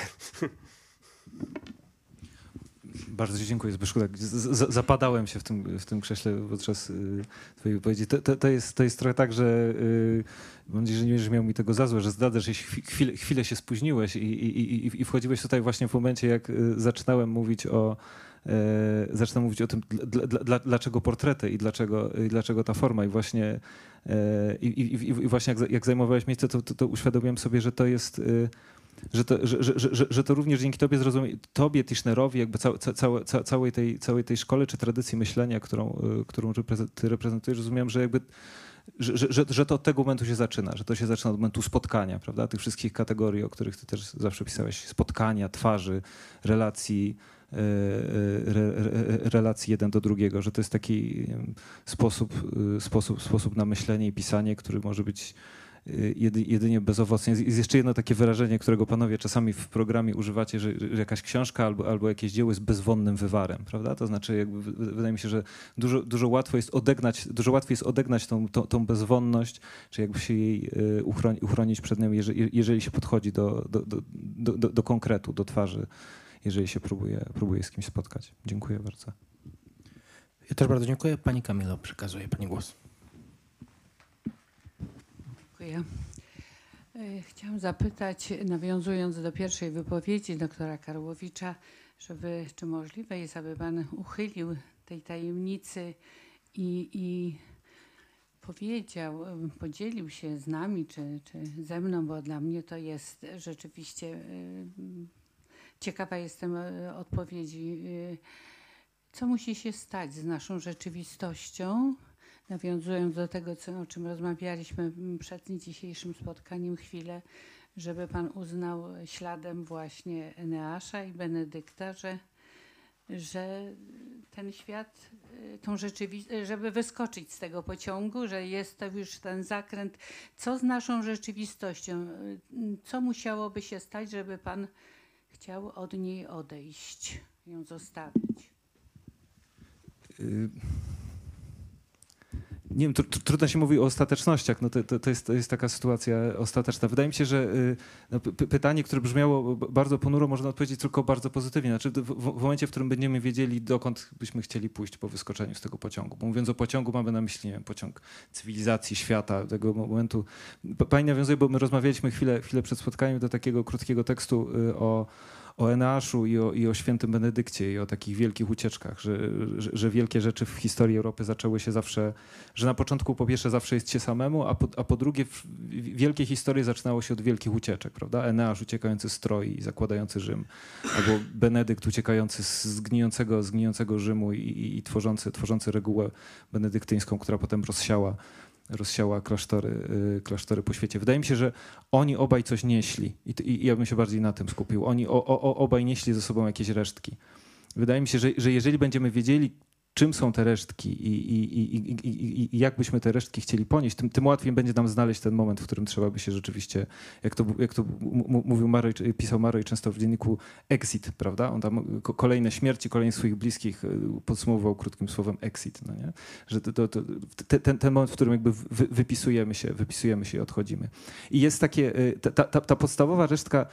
Bardzo ci dziękuję, Zbyszku. Tak, z, z, zapadałem się w tym, w tym krześle podczas y, twojej wypowiedzi. To, to, to, jest, to jest trochę tak, że y, mam nadzieję, że nie będziesz miał mi tego za złe, że zdradzasz, że chwilę, chwilę się spóźniłeś i, i, i, i wchodziłeś tutaj właśnie w momencie, jak y, zaczynałem mówić o y, zaczynałem mówić o tym, dla, dla, dlaczego portrety i dlaczego, i dlaczego ta forma. I właśnie, y, i, i, i właśnie jak, jak zajmowałeś miejsce, to, to, to uświadomiłem sobie, że to jest... Y, Że to, że, że, że, że to również dzięki tobie zrozumie, tobie, Tischnerowi, jakby cał, całe, ca, całej, tej, całej tej szkole czy tradycji myślenia, którą, którą ty reprezentujesz, rozumiem, że jakby że, że, że to od tego momentu się zaczyna, że to się zaczyna od momentu spotkania, prawda? Tych wszystkich kategorii, o których ty też zawsze pisałeś, spotkania, twarzy, relacji, re, re, relacji jeden do drugiego, że to jest taki nie wiem, sposób, sposób, sposób na myślenie i pisanie, który może być jedynie bezowocnie. Jest jeszcze jedno takie wyrażenie, którego panowie czasami w programie używacie, że, że jakaś książka albo, albo jakieś dzieło jest bezwonnym wywarem, prawda? To znaczy, jakby, wydaje mi się, że dużo, dużo łatwo jest odegnać, dużo łatwiej jest odegnać tą, tą, tą bezwonność, czy jakby się jej uchroni, uchronić przed nią, jeżeli, jeżeli się podchodzi do, do, do, do, do konkretu, do twarzy, jeżeli się próbuje, próbuje z kimś spotkać. Dziękuję bardzo. Ja też bardzo dziękuję. Pani Kamilo, przekazuję pani głos. Dziękuję. Chciałam zapytać, nawiązując do pierwszej wypowiedzi doktora Karłowicza, żeby, czy możliwe jest, aby pan uchylił tej tajemnicy i, i powiedział, podzielił się z nami, czy, czy ze mną, bo dla mnie to jest rzeczywiście, ciekawa jestem odpowiedzi, co musi się stać z naszą rzeczywistością, nawiązując do tego, co, o czym rozmawialiśmy przed dzisiejszym spotkaniem chwilę, żeby pan uznał śladem właśnie Eneasza i Benedykta, że, że ten świat, tą rzeczywistość, żeby wyskoczyć z tego pociągu, że jest to już ten zakręt, co z naszą rzeczywistością, co musiałoby się stać, żeby pan chciał od niej odejść, ją zostawić? Y Nie wiem, tr trudno się mówi o ostatecznościach, no to, to, to, jest, to jest taka sytuacja ostateczna. Wydaje mi się, że no, pytanie, które brzmiało bardzo ponuro, można odpowiedzieć tylko bardzo pozytywnie. Znaczy w, w momencie, w którym będziemy wiedzieli, dokąd byśmy chcieli pójść po wyskoczeniu z tego pociągu. Bo mówiąc o pociągu, mamy na myśli, nie wiem, pociąg cywilizacji, świata, tego momentu. Pani nawiązuje, bo my rozmawialiśmy chwilę, chwilę przed spotkaniem do takiego krótkiego tekstu o o Eneaszu i o, i o świętym Benedykcie i o takich wielkich ucieczkach, że, że, że wielkie rzeczy w historii Europy zaczęły się zawsze, że na początku po pierwsze zawsze jest się samemu, a po, a po drugie w, wielkie historie zaczynało się od wielkich ucieczek, prawda? Eneasz uciekający z Troi i zakładający Rzym, albo Benedykt uciekający z zgnijącego, zgnijącego Rzymu i, i, i tworzący, tworzący regułę benedyktyńską, która potem rozsiała rozsiała klasztory, klasztory po świecie. Wydaje mi się, że oni obaj coś nieśli i, i ja bym się bardziej na tym skupił. Oni o, o, obaj nieśli ze sobą jakieś resztki. Wydaje mi się, że, że jeżeli będziemy wiedzieli, czym są te resztki i, i, i, i, i, i jak byśmy te resztki chcieli ponieść, tym, tym łatwiej będzie nam znaleźć ten moment, w którym trzeba by się rzeczywiście, jak to, jak to mówił Maroj, pisał Maroj często w dzienniku, exit, prawda? On tam kolejne śmierci, kolejnych swoich bliskich podsumował krótkim słowem exit, no nie? Że to, to, to, ten, ten moment, w którym jakby wy, wypisujemy się, wypisujemy się i odchodzimy. I jest takie, ta, ta, ta podstawowa resztka,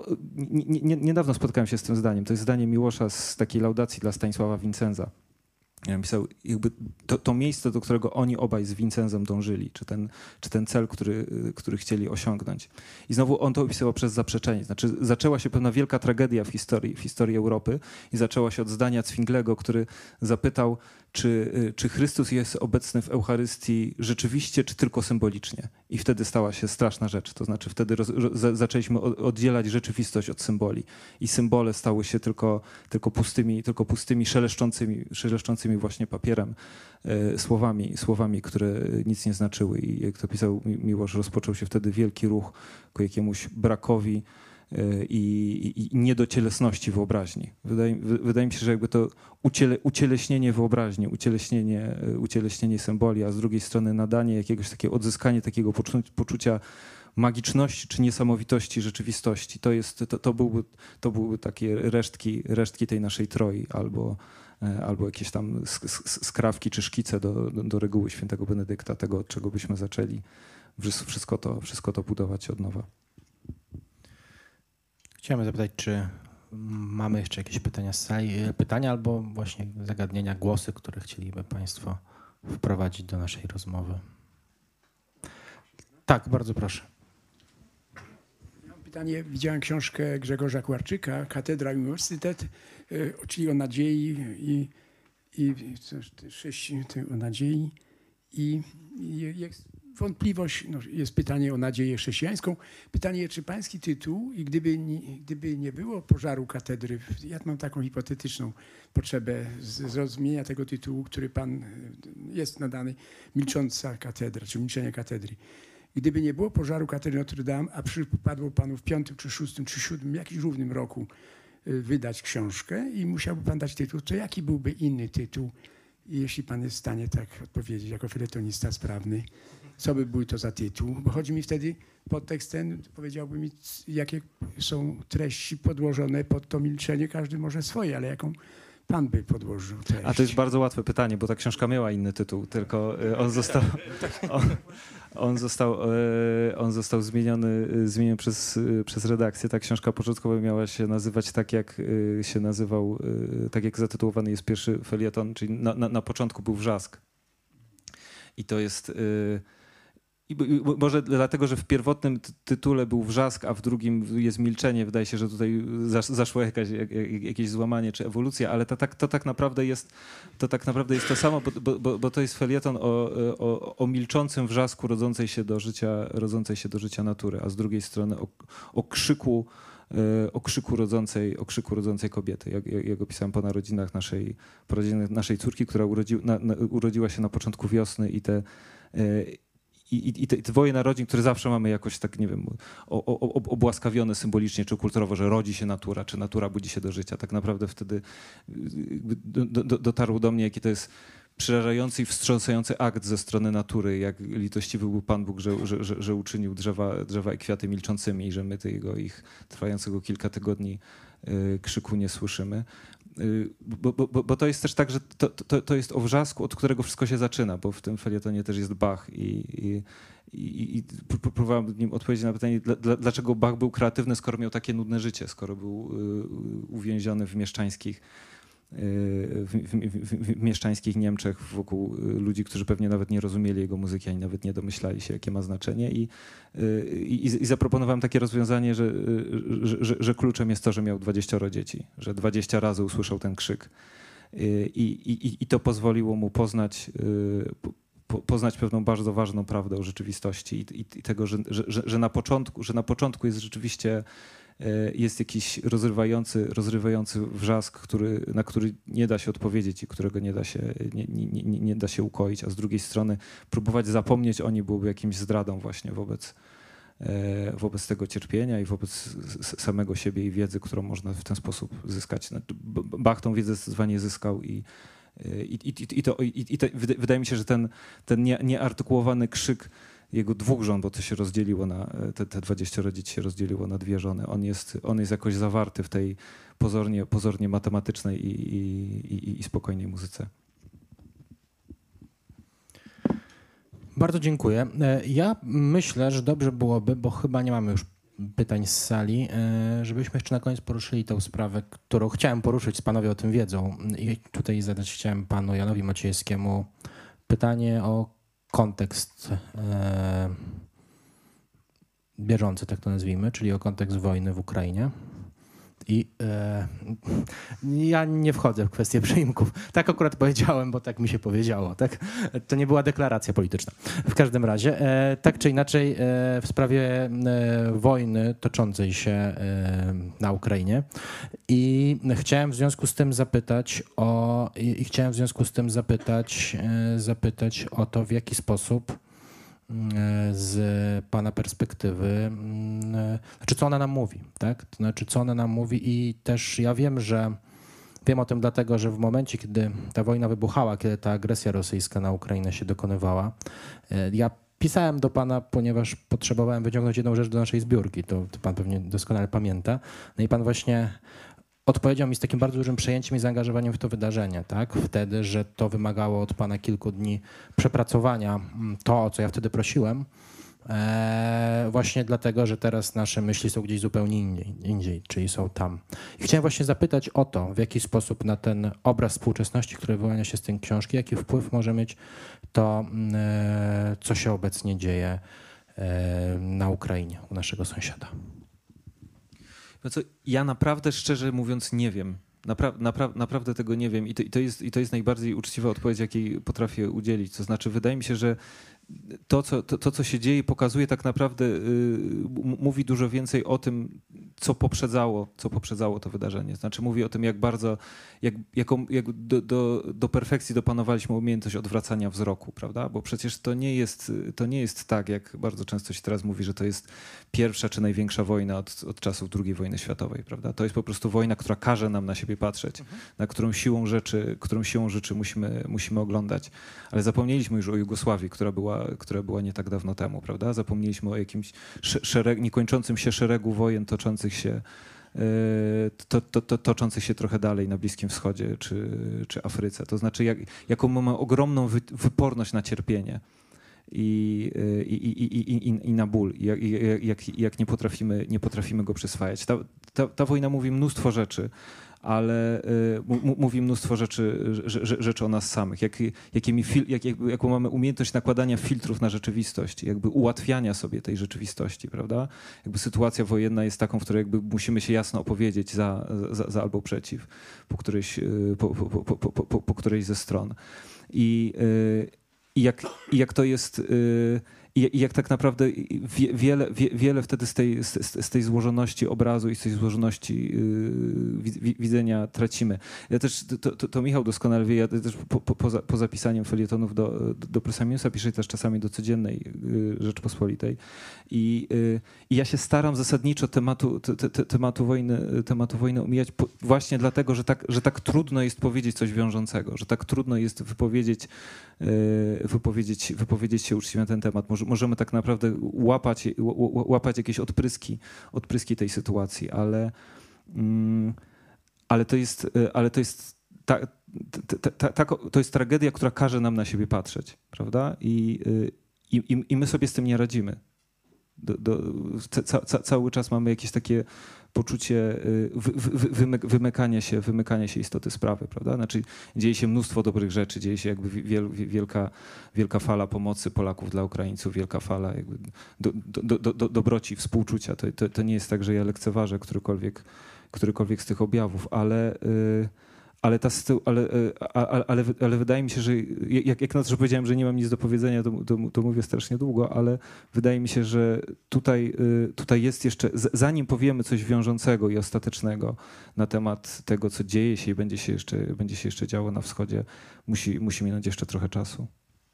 niedawno spotkałem się z tym zdaniem, to jest zdanie Miłosza z takiej laudacji dla Stanisława Vincenza. Ja pisał, jakby to, to miejsce, do którego oni obaj z Vincenzem dążyli, czy ten, czy ten cel, który, który chcieli osiągnąć. I znowu on to opisywał przez zaprzeczenie. Znaczy zaczęła się pewna wielka tragedia w historii, w historii Europy i zaczęła się od zdania Zwinglego, który zapytał, czy, czy Chrystus jest obecny w Eucharystii rzeczywiście, czy tylko symbolicznie. I wtedy stała się straszna rzecz. To znaczy wtedy roz, roz, zaczęliśmy oddzielać rzeczywistość od symboli. I symbole stały się tylko, tylko pustymi, tylko pustymi szeleszczącymi, szeleszczącymi właśnie papierem, e, słowami, słowami, które nic nie znaczyły. I jak to pisał Miłosz, rozpoczął się wtedy wielki ruch ku jakiemuś brakowi i, i, i niedocielesności wyobraźni. Wydaje, wydaje mi się, że jakby to uciele, ucieleśnienie wyobraźni, ucieleśnienie, ucieleśnienie symboli, a z drugiej strony nadanie jakiegoś takiego, odzyskanie takiego poczu, poczucia magiczności czy niesamowitości rzeczywistości. To, jest, to, to, byłby, to byłyby takie resztki, resztki tej naszej troi albo, albo jakieś tam skrawki czy szkice do, do, do reguły świętego Benedykta, tego od czego byśmy zaczęli wszystko to, wszystko to budować od nowa. Chciałem zapytać, czy mamy jeszcze jakieś pytania z sali, pytania albo właśnie zagadnienia, głosy, które chcieliby Państwo wprowadzić do naszej rozmowy. Tak, bardzo proszę. Mam pytanie. Widziałem książkę Grzegorza Kłarczyka, Katedra i Uniwersytet, czyli o nadziei i, i coś, sześć o nadziei i, i jest wątpliwość, no jest pytanie o nadzieję chrześcijańską. Pytanie, czy pański tytuł i gdyby nie, gdyby nie było pożaru katedry, ja mam taką hipotetyczną potrzebę zrozumienia tego tytułu, który pan jest nadany, Milcząca katedra, czy Milczenie katedry. Gdyby nie było pożaru katedry Notre Dame, a przypadło panu w piątym, czy szóstym, czy siódmym, jakimś równym roku wydać książkę i musiałby pan dać tytuł, to jaki byłby inny tytuł, jeśli pan jest w stanie tak odpowiedzieć jako felietonista sprawny? Co by był to za tytuł? Bo chodzi mi wtedy, podtekst ten, powiedziałby mi, jakie są treści podłożone pod to milczenie. Każdy może swoje, ale jaką pan by podłożył treść? A to jest bardzo łatwe pytanie, bo ta książka miała inny tytuł, tylko on został, on, on został, on został zmieniony, zmieniony przez, przez redakcję. Ta książka początkowo miała się nazywać tak, jak się nazywał, tak jak zatytułowany jest pierwszy felieton, czyli na, na, na początku był Wrzask. I to jest... I może dlatego, że w pierwotnym tytule był Wrzask, a w drugim jest Milczenie. Wydaje się, że tutaj zaszło jakaś, jakieś złamanie czy ewolucja, ale to tak, to tak, naprawdę, jest, to tak naprawdę jest to samo, bo, bo, bo to jest felieton o, o, o milczącym wrzasku rodzącej się do życia, rodzącej się do życia natury, a z drugiej strony o, o krzyku o krzyku rodzącej, o krzyku rodzącej kobiety. Jak, jak opisałem po narodzinach naszej, po narodzinach naszej córki, która urodzi, na, na, urodziła się na początku wiosny i te I, i, i te dwoje narodzin, które zawsze mamy jakoś tak, nie wiem, o, o, obłaskawione symbolicznie czy kulturowo, że rodzi się natura, czy natura budzi się do życia. Tak naprawdę wtedy do, do, dotarło do mnie, jaki to jest przerażający i wstrząsający akt ze strony natury, jak litościwy był Pan Bóg, że, że, że, że uczynił drzewa, drzewa i kwiaty milczącymi i że my tego ich trwającego kilka tygodni y, krzyku nie słyszymy. Bo, bo, bo to jest też tak, że to, to, to jest o wrzasku, od którego wszystko się zaczyna, bo w tym felietonie też jest Bach i, i, i, i próbowałem nim odpowiedzieć na pytanie, dla, dlaczego Bach był kreatywny, skoro miał takie nudne życie, skoro był y, uwięziony w mieszczańskich, y, w, w, w, w mieszczańskich Niemczech wokół ludzi, którzy pewnie nawet nie rozumieli jego muzyki, ani nawet nie domyślali się, jakie ma znaczenie. I, y, i, i zaproponowałem takie rozwiązanie, że, że, że, że kluczem jest to, że miał dwadzieścioro dzieci, że dwadzieścia razy usłyszał ten krzyk. Y, i, i, I to pozwoliło mu poznać, y, po, poznać pewną bardzo ważną prawdę o rzeczywistości i, i, i tego, że, że, że, na początku, że na początku jest rzeczywiście jest jakiś rozrywający, rozrywający wrzask, który, na który nie da się odpowiedzieć i którego nie da się, nie, nie, nie, nie da się ukoić, a z drugiej strony próbować zapomnieć o nim byłoby jakimś zdradą właśnie wobec, wobec tego cierpienia i wobec samego siebie i wiedzy, którą można w ten sposób zyskać. Bach tą wiedzę zdecydowanie zyskał i I, i, i, to, i, i to, wydaje mi się, że ten, ten nie, nieartykułowany krzyk jego dwóch żon, bo to się rozdzieliło na, te, te dwadzieścioro dzieci się rozdzieliło na dwie żony. On jest, on jest jakoś zawarty w tej pozornie, pozornie matematycznej i, i, i, i spokojnej muzyce. Bardzo dziękuję. Ja myślę, że dobrze byłoby, bo chyba nie mamy już pytań z sali, żebyśmy jeszcze na koniec poruszyli tę sprawę, którą chciałem poruszyć, panowie o tym wiedzą. I tutaj zadać chciałem panu Janowi Maciejewskiemu pytanie o kontekst e, bieżący, tak to nazwijmy, czyli o kontekst wojny w Ukrainie. I e, ja nie wchodzę w kwestię przyimków. Tak akurat powiedziałem, bo tak mi się powiedziało. Tak? To nie była deklaracja polityczna. W każdym razie, e, tak czy inaczej, e, w sprawie e, wojny toczącej się e, na Ukrainie i chciałem w związku z tym zapytać o i, i chciałem w związku z tym zapytać, e, zapytać o to, w jaki sposób z pana perspektywy, znaczy co ona nam mówi, tak? To znaczy co ona nam mówi i też ja wiem, że wiem o tym dlatego, że w momencie, kiedy ta wojna wybuchała, kiedy ta agresja rosyjska na Ukrainę się dokonywała, ja pisałem do pana, ponieważ potrzebowałem wyciągnąć jedną rzecz do naszej zbiórki, to, to pan pewnie doskonale pamięta. No i pan właśnie odpowiedział mi z takim bardzo dużym przejęciem i zaangażowaniem w to wydarzenie, tak? Wtedy, że to wymagało od pana kilku dni przepracowania, to, o co ja wtedy prosiłem, e, właśnie dlatego, że teraz nasze myśli są gdzieś zupełnie indziej, indziej, czyli są tam. I chciałem właśnie zapytać o to, w jaki sposób na ten obraz współczesności, który wyłania się z tej książki, jaki wpływ może mieć to, e, co się obecnie dzieje e, na Ukrainie, u naszego sąsiada. No co, ja naprawdę, szczerze mówiąc, nie wiem. Napra napra naprawdę tego nie wiem. I to, i, to jest, I to jest najbardziej uczciwa odpowiedź, jakiej potrafię udzielić. To znaczy, wydaje mi się, że to, co, to, to, co się dzieje, pokazuje tak naprawdę, yy, mówi dużo więcej o tym, co poprzedzało, co poprzedzało to wydarzenie. Znaczy mówi o tym, jak bardzo, jak, jaką, jak do, do, do perfekcji dopanowaliśmy umiejętność odwracania wzroku, prawda? Bo przecież to nie jest, to nie jest tak, jak bardzo często się teraz mówi, że to jest pierwsza czy największa wojna od, od czasów drugiej wojny światowej, prawda? To jest po prostu wojna, która każe nam na siebie patrzeć, mhm. na którą siłą rzeczy, którą siłą rzeczy musimy, musimy oglądać. Ale zapomnieliśmy już o Jugosławii, która była która była nie tak dawno temu, prawda? Zapomnieliśmy o jakimś szereg, niekończącym się szeregu wojen toczących się, to, to, to, toczących się trochę dalej na Bliskim Wschodzie czy, czy Afryce. To znaczy, jak, jaką mamy ogromną wy, wyporność na cierpienie i, i, i, i, i, i na ból, jak, jak, jak nie, potrafimy, nie potrafimy go przyswajać. Ta, ta, ta wojna mówi mnóstwo rzeczy, ale y, mówi mnóstwo rzeczy, rzeczy, rzeczy o nas samych, jak, jakimi fil, jak, jak, jaką mamy umiejętność nakładania filtrów na rzeczywistość, jakby ułatwiania sobie tej rzeczywistości, prawda? Jakby sytuacja wojenna jest taką, w której jakby musimy się jasno opowiedzieć za, za, za albo przeciw po którejś, po, po, po, po, po, po którejś ze stron. I, y, i, jak, i jak to jest... Y, I jak tak naprawdę wiele, wiele wtedy z tej, z, z tej złożoności obrazu i z tej złożoności yy, widzenia tracimy. Ja też, to, to, to Michał doskonale wie, ja też po, po, poza, poza pisaniem felietonów do, do Plusa Minusa piszę też czasami do Codziennej yy, Rzeczpospolitej. I, yy, I ja się staram zasadniczo tematu, te, te, tematu, wojny, tematu wojny omijać po, właśnie dlatego, że tak, że tak trudno jest powiedzieć coś wiążącego, że tak trudno jest wypowiedzieć, yy, wypowiedzieć, wypowiedzieć się uczciwie na ten temat. Może, możemy tak naprawdę łapać, łapać jakieś odpryski, odpryski tej sytuacji, ale, mm, ale to jest, ale to jest, ta, ta, ta, ta, to jest tragedia, która każe nam na siebie patrzeć, prawda? I, i, i my sobie z tym nie radzimy. Do, do, ca, ca, cały czas mamy jakieś takie poczucie wy, wy, wymy, wymykania się, wymykania się istoty sprawy, prawda? Znaczy dzieje się mnóstwo dobrych rzeczy, dzieje się jakby wiel, wielka, wielka fala pomocy Polaków dla Ukraińców, wielka fala jakby do, do, do, do, dobroci, współczucia. To, to, to nie jest tak, że ja lekceważę którykolwiek, którykolwiek z tych objawów, ale... Yy, Ale, ta, ale, ale, ale, ale wydaje mi się, że jak, jak na to, że powiedziałem, że nie mam nic do powiedzenia, to, to, to mówię strasznie długo, ale wydaje mi się, że tutaj, tutaj jest jeszcze, zanim powiemy coś wiążącego i ostatecznego na temat tego, co dzieje się i będzie się jeszcze, będzie się jeszcze działo na wschodzie, musi, musi minąć jeszcze trochę czasu.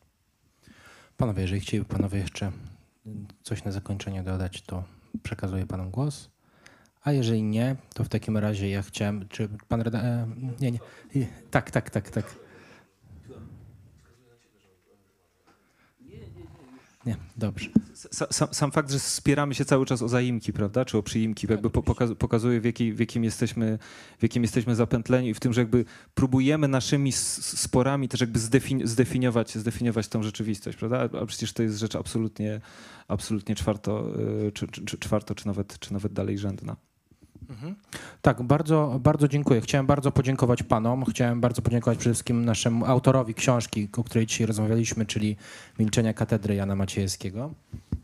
Panowie, jeżeli chcieliby panowie jeszcze coś na zakończenie dodać, to przekazuję panom głos. A jeżeli nie, to w takim razie ja chciałem, czy pan reda... Nie, nie. Tak, tak, tak, tak. Nie, dobrze. Sam, sam fakt, że spieramy się cały czas o zaimki, prawda, czy o przyimki, jakby pokazuje, w, jakiej, w, jakim jesteśmy, w jakim jesteśmy zapętleni i w tym, że jakby próbujemy naszymi sporami też jakby zdefini zdefiniować, zdefiniować tą rzeczywistość, prawda, a przecież to jest rzecz absolutnie, absolutnie czwarto, czy, czy, czwarto, czy nawet, czy nawet dalej rzędna. Mhm. Tak, bardzo, bardzo dziękuję. Chciałem bardzo podziękować panom. Chciałem bardzo podziękować przede wszystkim naszemu autorowi książki, o której dzisiaj rozmawialiśmy, czyli Milczenia katedry Jana Maciejewskiego.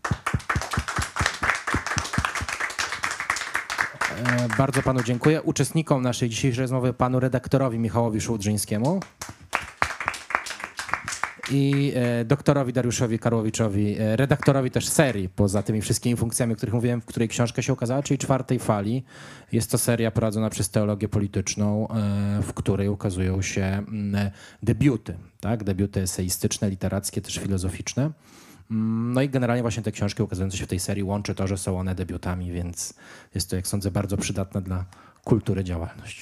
Bardzo panu dziękuję. Uczestnikom naszej dzisiejszej rozmowy, panu redaktorowi Michałowi Szułdrzyńskiemu i e, doktorowi Dariuszowi Karłowiczowi, e, redaktorowi też serii, poza tymi wszystkimi funkcjami, o których mówiłem, w której książka się ukazała, czyli Czwartej Fali. Jest to seria prowadzona przez Teologię Polityczną, e, w której ukazują się m, debiuty, tak? Debiuty eseistyczne, literackie, też filozoficzne. No i generalnie właśnie te książki ukazujące się w tej serii łączy to, że są one debiutami, więc jest to, jak sądzę, bardzo przydatna dla kultury działalność.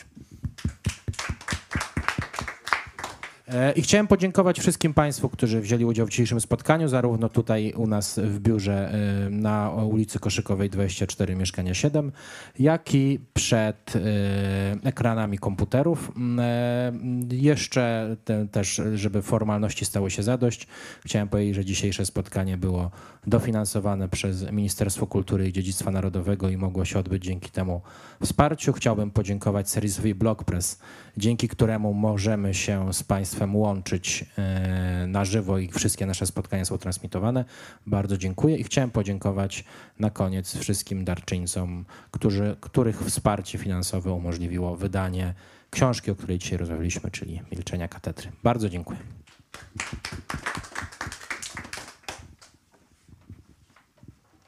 I chciałem podziękować wszystkim Państwu, którzy wzięli udział w dzisiejszym spotkaniu, zarówno tutaj u nas w biurze na ulicy Koszykowej dwadzieścia cztery, mieszkania siedem, jak i przed ekranami komputerów. Jeszcze te, też, żeby formalności stały się zadość, chciałem powiedzieć, że dzisiejsze spotkanie było dofinansowane przez Ministerstwo Kultury i Dziedzictwa Narodowego i mogło się odbyć dzięki temu wsparciu. Chciałbym podziękować serwisowi Blogpress, dzięki któremu możemy się z Państwem łączyć na żywo i wszystkie nasze spotkania są transmitowane. Bardzo dziękuję i chciałem podziękować na koniec wszystkim darczyńcom, którzy, których wsparcie finansowe umożliwiło wydanie książki, o której dzisiaj rozmawialiśmy, czyli Milczenia katedry. Bardzo dziękuję.